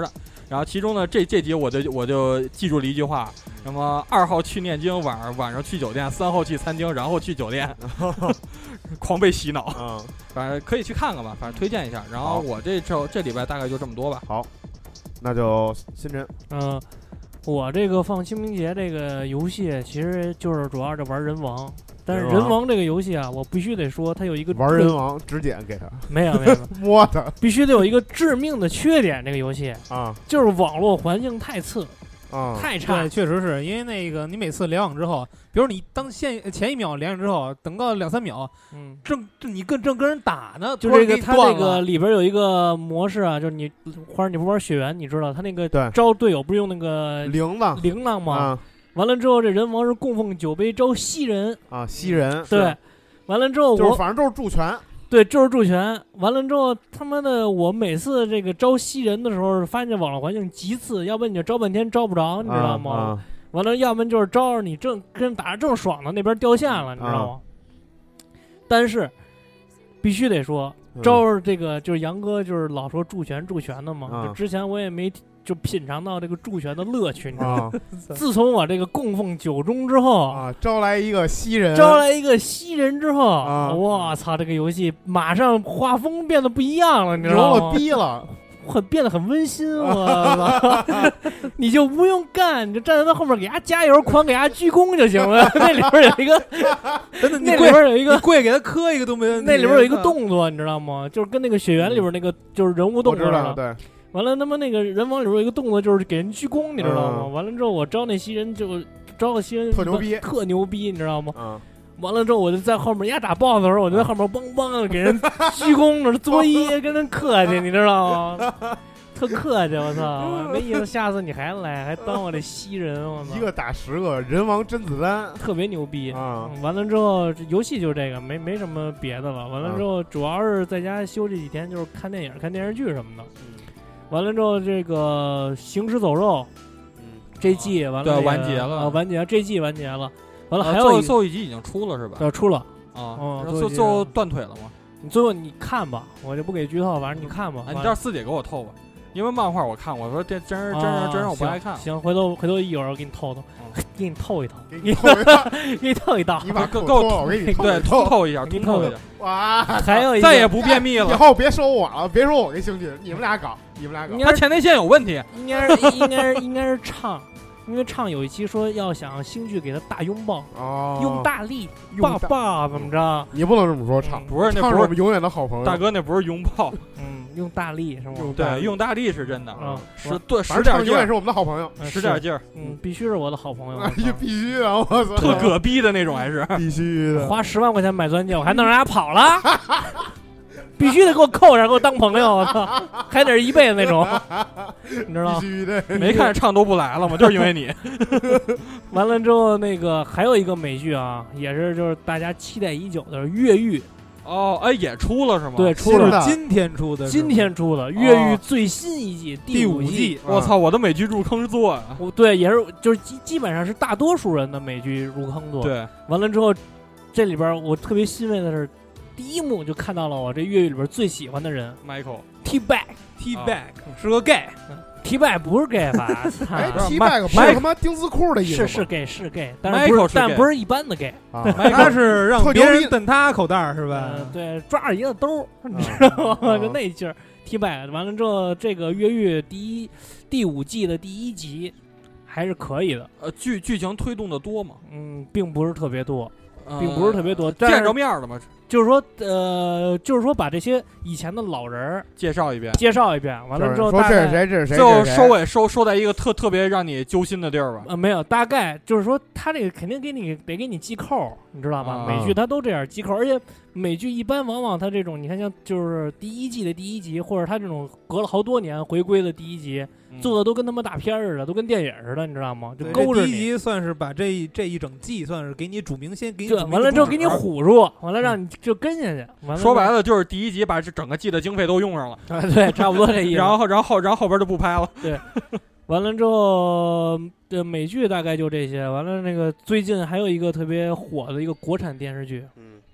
然后其中呢这集我就记住了一句话，什么2号去念经，晚上去酒店，3号去餐厅，然后去酒店，狂被洗脑。反正可以去看看吧，反正推荐一下。然后我这礼拜大概就这么多吧。 好，那就新晨。 我这个放清明节这个游戏，其实就是主要是玩人王。但是人王这个游戏啊，我必须得说，它有一个玩人王指点给他， 没有摸他， 必须得有一个致命的缺点。这个游戏啊， 就是网络环境太次啊， 太差。 对，确实是因为那个你每次联网之后，比如你前一秒连上之后，等个2-3秒，你正跟人打呢， 就这个它这个里边有一个模式啊，就是你或者你不玩血缘，你知道他那个招队友不是用那个铃铛吗？完了之后，这人王是供奉酒杯招西人啊，西人对，完了之后就是反正都是助拳， 对，就是助拳。完了之后，他妈的，我每次这个招西人的时候，发现这网络环境极次，要不然你就招半天招不着，你知道吗？完了，要不然就是招着你正跟人打着正爽的，那边掉线了，你知道吗？但是必须得说，招着这个就是杨哥就是老说助拳的嘛，就之前我也没。就品尝到这个助拳的乐趣，你知道吗？自从我这个供奉酒盅之后啊，招来一个西人之后，我操，这个游戏马上画风变得不一样了，你知道吗？ 牛了逼了， 变得很温馨，我操！你就不用干，你就站在他后面给他加油，狂给他鞠躬就行了。那里边有一个，那里边有一个跪给他磕一个都没问题。 那里边有一个动作，你知道吗？就是跟那个血缘里边那个就是人物动作了， 对。 完了，他妈那个人王里边有一个动作，就是给人鞠躬，你知道吗？完了之后，我招那西人就招个西人特牛逼，你知道吗？完了之后，我就在后面压打 BOSS 的时候，我就在后面梆梆给人鞠躬着作揖，跟人客气，你知道吗？特客气，我操！没意思，下次你还来，还当我这西人，我操！ 一个打10个人王真子弹， 特别牛逼啊！完了之后，游戏就是这个，没什么别的了。完了之后，主要是在家休这几天，就是看电影、看电视剧什么的。完了之后，这个行尸走肉，这季完了， 对，完结了， 完结，这季完结了。完了，还有最后一集已经出了是吧？ 出了啊，最后断腿了吗？ 你最后你看吧，我就不给剧透，反正你看吧。 你到私底给我透吧，因为漫画我看，我说这真人我不爱看。 行，回头一会儿我给你透透，给你透一透，给你透一道， 你把给我给你对透一下， 给你透一下。 哇， 还有再也不便秘了， 以后别说我了，别说我没兴趣，你们俩搞。 他前列腺有问题， 应该是唱，因为唱有一期说要想星剧给他大拥抱，用大力，爸怎么着？ 你不能这么说，唱不是那不是我们永远的好朋友， 大哥那不是拥抱， 用大力是吗？ 对，用大力是真的， 对，使点劲，永远是我们的好朋友， 使点劲儿， 必须是我的好朋友， 必须啊，我操， 特葛逼的那种还是必须的， 花10万块钱买钻戒，我还能让人家跑了。必须得给我扣上，给我当朋友，我操，还得是一辈子那种，你知道吗？ 没看着唱都不来了吗？就是因为你。 完了之后，那个还有一个美剧啊，也是就是大家期待已久的《越狱》。 哦，哎，也出了是吗？ 对，出了， 今天出的《 越狱》最新一季第5季。 我操，我的美剧入坑作啊！ 对，也是就是基本上是大多数人的美剧入坑作。 对， 完了之后，这里边我特别欣慰的是。第一幕就看到了我这越狱里边最喜欢的人 Michael T-Bag 是个 gay，T-Bag 不是 gay 吧 ？T-Bag 不是他妈丁字裤的意思， 是 gay，但不是一般的 gay， 他是让别人蹬他口袋是吧？ 对，抓着一个兜，你知道吗？就那劲儿 T-Bag 完了之后，这个越狱第5季的第1集还是可以的。 剧情推动的多吗？ 并不是特别多， 见着面了吗？ 就是说把这些以前的老人介绍一遍， 完了之后说这是谁，这是谁， 最后收尾收在一个特别让你揪心的地儿吧？ 没有，大概就是说他这个肯定得给你系扣，你知道吧？美剧他都这样系扣，而且美剧一般往往他这种，你看像就是第1季的第1集，或者他这种隔了好多年回归的第1集，做的都跟他妈大片似的，都跟电影似的，你知道吗？就勾着你。 第1集算是把这一整季算是给你煮明先，给你完了之后给你唬住，完了让你就跟下去。 说白了就是第1集把这整个季的经费都用上了， 对，差不多这意思。 然后后边就不拍了。 对，完了之后美剧大概就这些。完了那个最近还有一个特别火的一个国产电视剧，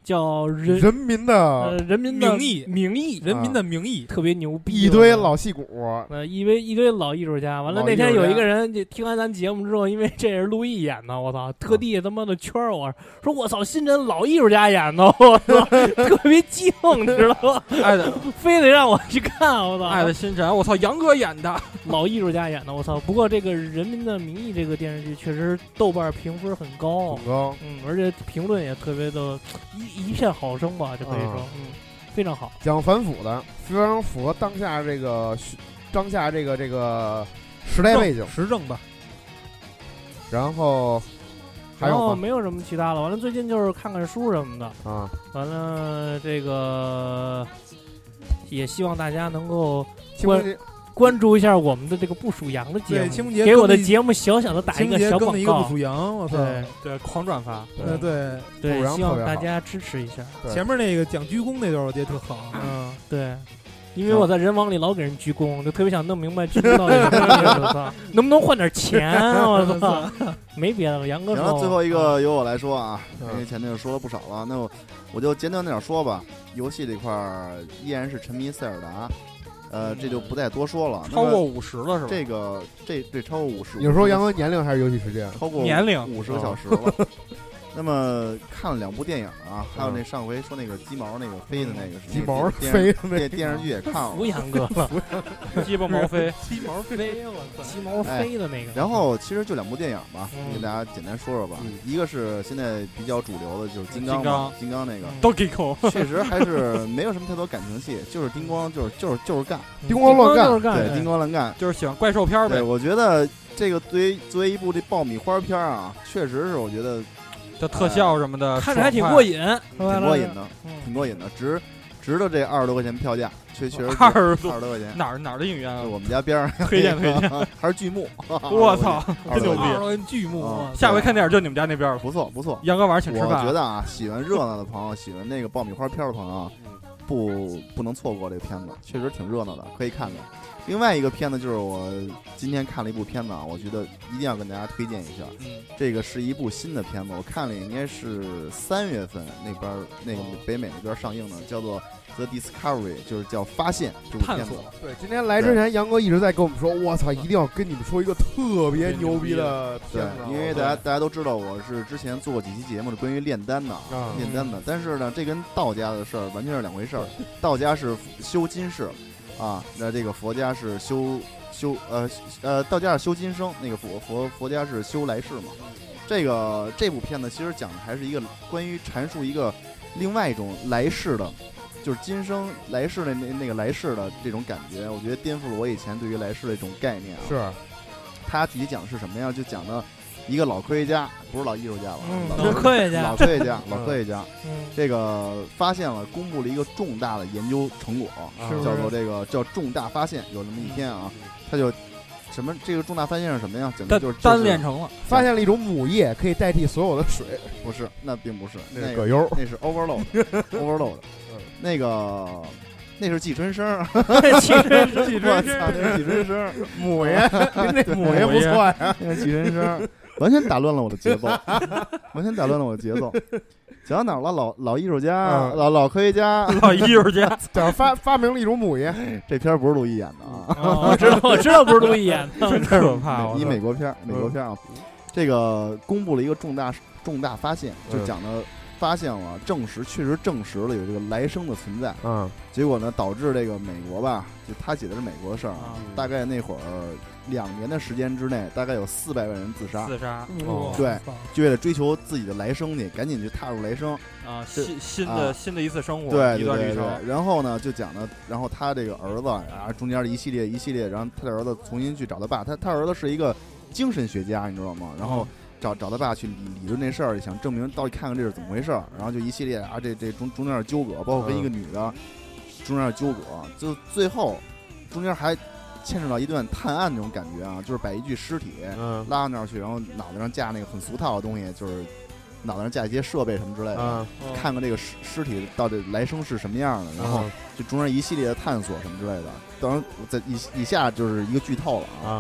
叫人民的名义， 人民的名义， 特别牛逼， 一堆老戏骨， 一堆老艺术家。完了那天有一个人听完咱节目之后，因为这是陆毅演的，我操，特地他妈的圈我说我操，新人老艺术家演的，我操，特别激动，你知道吗？ 爱的非得让我去看，我操， 爱的新神，我操，杨哥演的， 老艺术家演的，我操。不过这个《人民的名义》这个电视剧确实豆瓣评分很高，而且评论也特别的一片好声吧，就可以说，非常好， 讲反腐的，非常符合当下这个时代背景时政吧。 然后没有什么其他的，完了最近就是看看书什么的啊， 完了这个也希望大家能够关注一下我们的这个不属羊的节目，给我的节目小小的打一个小广告。 不属羊，我操！ 对，狂转发。 对，希望大家支持一下。 前面那个讲鞠躬那段，我觉得特好。 对，因为我在人网里老给人鞠躬，就特别想弄明白鞠躬到底什么意思。我操，能不能换点钱？我操，没别的了。杨哥说， 然后最后一个由我来说啊，因为前面说了不少了，那我就简短点说吧。游戏这块依然是沉迷塞尔达。这就不再多说了。 超过50了是吧？ 这超过50。 有时候杨哥年龄还是游戏时间？ 超过年龄 50个小时了。那么看了2部电影啊，还有那上回说那个鸡毛那个飞的那个鸡毛飞的那电视剧也看了。 服杨哥了， 鸡巴毛飞， 鸡毛飞，我操，鸡毛飞的那个。 然后其实就2部电影吧，给大家简单说说吧。一个是现在比较主流的，就是金刚那个。 都给扣。 确实还是没有什么太多感情戏，就是叮咣，就是干， 叮咣乱干， 对，叮咣乱干， 就是喜欢怪兽片呗。 对，我觉得这个作为一部这爆米花片啊，确实是我觉得。 这特效什么的， 看着还挺过瘾， 挺过瘾的，值得这20多块钱票价，确实 20多块钱。 哪儿的影院啊？ 我们家边上， 推荐， 还是剧目。 我操，真牛逼！剧目， 下回看电影就你们家那边了， 不错。 杨哥晚上请吃饭。 我觉得啊，喜欢热闹的朋友，喜欢那个爆米花片的朋友，不能错过这个片子，确实挺热闹的，可以看看。另外一个片子就是我今天看了一部片子啊，我觉得一定要跟大家推荐一下。这个是一部新的片子，我看了应该是3月份那边那个北美那边上映的，叫做 The Discovery， 就是叫发现这部片子。 对，今天来之前，杨哥一直在跟我们说，我操，一定要跟你们说一个特别牛逼的片子。 因为大家都知道，我是之前做过几期节目的关于炼丹的，但是呢，这跟道家的事儿完全是两回事儿。道家是修金饰。啊，那这个佛家是道家是修今生，那个佛家是修来世嘛。这部片子其实讲的还是一个关于阐述一个另外一种来世的，就是今生来世的那个来世的这种感觉，我觉得颠覆了我以前对于来世的一种概念啊。 是， 他具体讲的是什么呀？就讲的一个老科学家，不是老艺术家了， 老科学家，这个发现了，公布了一个重大的研究成果，叫做这个叫重大发现。有这么一天啊，他就什么这个重大发现是什么呀？讲的就是单炼成了， 发现了一种母液可以代替所有的水。 不是，那并不是， 那是葛优， 那是 overload，那是季春生， 季春生， 母爷，那母爷不错呀， 那是季春生。完全打乱了我的节奏，讲到哪儿了？老艺术家，老科学家， 老艺术家， 讲发明了一种母爷。 这片不是陆毅演的啊，我知道不是陆毅演的， 真可怕！ 一美国片啊，这个公布了一个重大发现，就讲的发现了，确实证实了有这个来生的存在。结果呢，导致这个美国吧，就他写的是美国的事儿，大概那会儿2年的时间之内，大概有400万人自杀，对，就为了追求自己的来生去，赶紧去踏入来生啊，新的一次生活， 对， 一段旅程。 然后呢，就讲的，然后他这个儿子啊，中间一系列，然后他的儿子重新去找他爸，他儿子是一个精神学家，你知道吗？然后找他爸去理论这事儿，想证明到底看看这是怎么回事儿，然后就一系列啊，这中间的纠葛，包括跟一个女的中间的纠葛，就最后中间还牵扯到一段探案那种感觉啊，就是把一具尸体拉到那儿去，然后脑袋上架那个很俗套的东西，就是脑袋上架一些设备什么之类的，看看这个尸体到底来生是什么样的，然后就中间一系列的探索什么之类的。当然，在以下就是一个剧透了啊。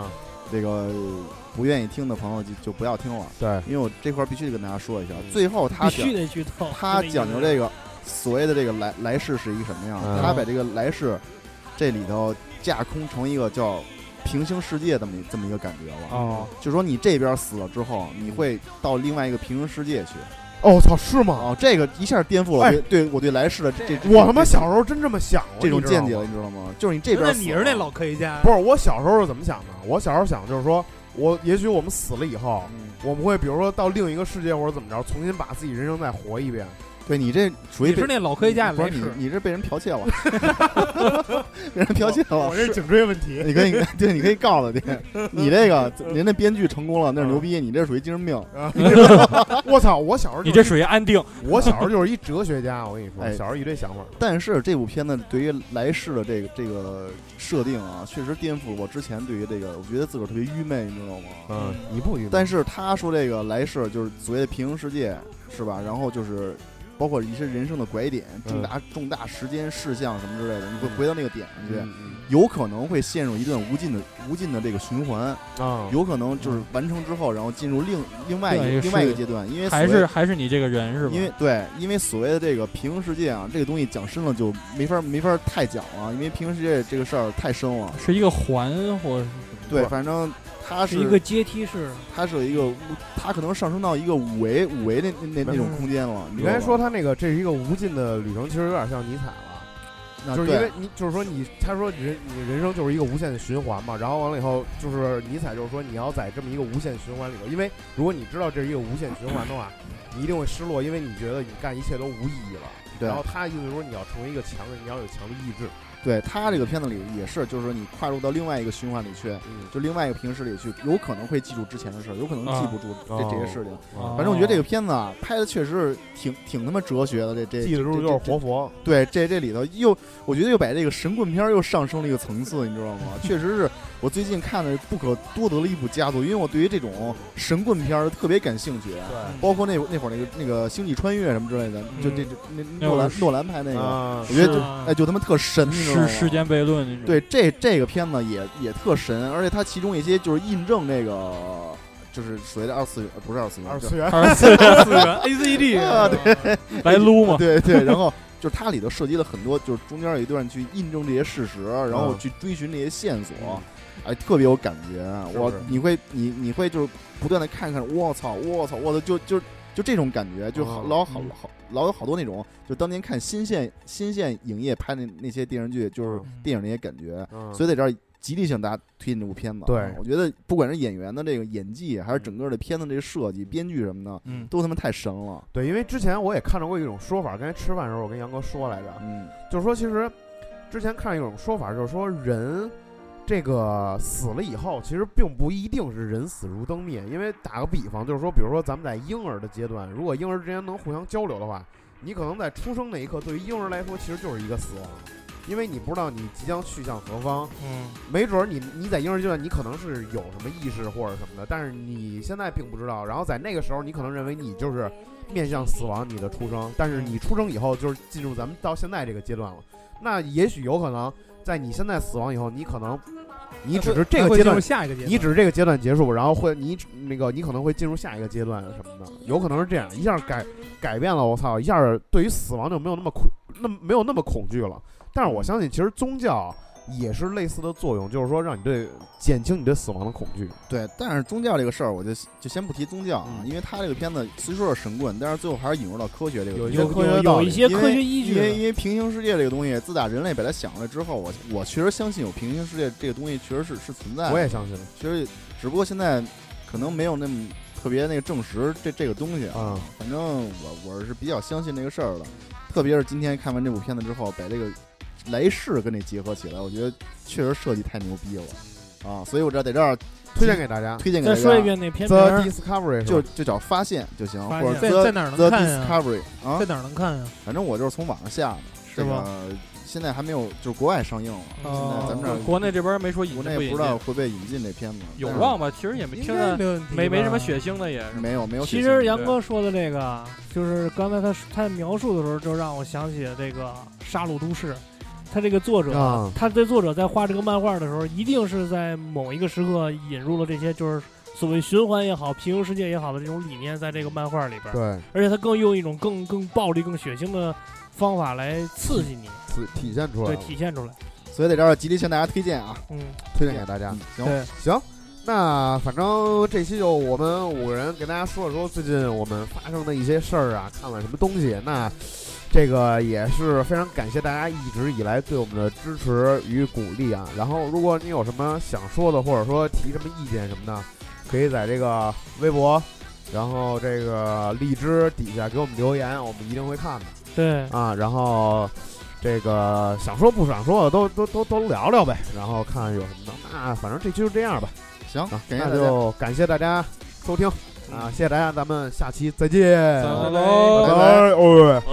这个不愿意听的朋友就不要听了。 对， 因为我这块必须得跟大家说一下，最后必须得剧透。 他讲究这个所谓的这个来世是一个什么样？他把这个来世这里头架空成一个叫平行世界这么一个感觉了。 哦， 就说你这边死了之后，你会到另外一个平行世界去。 哦，操，是吗？ 哦，这个一下颠覆了我对来世的这我他妈小时候真这么想过这种见解了，你知道吗？就是你这边你是那老科学家， 不是我小时候是怎么想的？我小时候想就是说，也许我们死了以后，我们会比如说到另一个世界或者怎么着，重新把自己人生再活一遍。 对你这属于你是那老科学家， 不是你这被人剽窃了，被人剽窃了。 我这是颈椎问题， 你可以告了你这个人家编剧成功了，那是牛逼，你这属于精神病。 我操！我小时候你这属于安定。 我小时候就是一哲学家，我跟你说，小时候一堆想法。 但是这部片子对于来世的这个设定啊，确实颠覆我之前对于这个，我觉得自个儿特别愚昧，你知道吗？ 你不愚昧。 但是他说这个来世就是所谓的平行世界，是吧？然后就是包括一些人生的拐点、重大时间事项什么之类的，你会回到那个点上去，有可能会陷入一段无尽的这个循环啊，有可能就是完成之后，然后进入另外一个阶段，因为还是你这个人是吧？ 因为所谓的这个平行世界啊，这个东西讲深了就没法太讲了，因为平行世界这个事儿太深了， 是一个环或者对，反正。它是一个阶梯式， 它是一个，它可能上升到一个五维那种空间了。 你刚才说它那个这是一个无尽的旅程，其实有点像尼采了，就是因为就是说他说你人生就是一个无限的循环嘛，然后完了以后就是尼采就是说你要在这么一个无限循环里头，因为如果你知道这是一个无限循环的话，你一定会失落，因为你觉得你干一切都无意义了。 对， 然后他意思说你要成为一个强人，你要有强的意志。 对他这个片子里也是，就是说你跨入到另外一个循环里去，就另外一个平时里去，有可能会记住之前的事儿，有可能记不住这些事情。反正我觉得这个片子啊，拍的确实挺他妈哲学的。这记得住就是活佛。 对，这里头我觉得又把这个神棍片又上升了一个层次，你知道吗？确实是我最近看的不可多得的一部佳作，因为我对于这种神棍片特别感兴趣。对，包括那会儿那个星际穿越什么之类的，就诺兰拍那个，我觉得就他妈特神。 世间悖论那种。 对，这个片子也特神，而且它其中一些就是印证那个，就是所谓的二次元，不是二次元 ACG 啊，对， 来撸嘛， 对，然后就是它里头涉及了很多，就是中间有一段去印证这些事实，然后去追寻这些线索，哎，特别有感觉。你会就是不断的看，我操，就这种感觉，就老有好多那种，就当年看新线影业拍的那些电视剧，就是电影那些感觉，所以在这儿极力向大家推荐这部片子。 对， 我觉得不管是演员的这个演技，还是整个的片子这个设计、编剧什么的，都他妈太神了。 对，因为之前我也看到过一种说法，刚才吃饭的时候我跟杨哥说来着，就是说其实之前看一种说法，就是说人。这个死了以后，其实并不一定是人死如灯灭，因为打个比方，就是说，比如说咱们在婴儿的阶段，如果婴儿之间能互相交流的话，你可能在出生那一刻，对于婴儿来说，其实就是一个死亡，因为你不知道你即将去向何方，没准你在婴儿阶段，你可能是有什么意识或者什么的，但是你现在并不知道，然后在那个时候，你可能认为你就是面向死亡，你的出生，但是你出生以后，就是进入咱们到现在这个阶段了，那也许有可能。在你现在死亡以后，你可能你只是这个阶段，你只是这个阶段结束，然后你可能会进入下一个阶段什么的，有可能是这样，一下改变了，我操，一下对于死亡就没有那么恐惧了。但是我相信，其实宗教也是类似的作用，就是说让你减轻你对死亡的恐惧。 对，但是宗教这个事儿，我就先不提宗教啊，因为他这个片子虽说是神棍，但是最后还是引入到科学这个东西， 有一些科学依据。 因为平行世界这个东西，自打人类把它想出来之后，我确实相信有平行世界这个东西确实是存在的。 我也相信， 其实只不过现在可能没有那么特别那个证实这个东西啊。反正我是比较相信这个事儿的，特别是今天看完这部片子之后，把这个来世跟这结合起来，我觉得确实设计太牛逼了啊！所以我在这儿推荐给大家。 再说一遍那片名 The Discovery 就叫发现就行，或者在哪儿能看呀 ？The Discovery 啊， 在哪儿能看呀？ 反正我就是从网上下的， 是吧？ 现在还没有，就是国外上映了。现在咱们这国内这边没说引进， 国内不知道会不会引进这片子， 有望吧？其实也没听着，没什么血腥的也没有。 其实杨哥说的这个，就是刚才他描述的时候，就让我想起了这个《杀戮都市》。 他这个作者，他的作者在画这个漫画的时候，一定是在某一个时刻引入了这些就是所谓循环也好、平行世界也好的这种理念，在这个漫画里边。 对， 而且他更用一种更暴力、更血腥的方法来刺激你， 体现出来， 对，体现出来。 所以在这儿极力向大家推荐啊， 推荐给大家。行。那反正这期就我们5个人给大家说了说最近我们发生的一些事儿啊，看了什么东西。那这个也是非常感谢大家一直以来对我们的支持与鼓励啊。然后如果你有什么想说的，或者说提什么意见什么的，可以在这个微博，然后这个荔枝底下给我们留言，我们一定会看的。 对啊，然后这个想说不想说的都聊聊呗，然后看有什么的。那反正这期就这样吧。行，那就感谢大家收听啊！谢谢大家，咱们下期再见， 拜拜， 拜拜，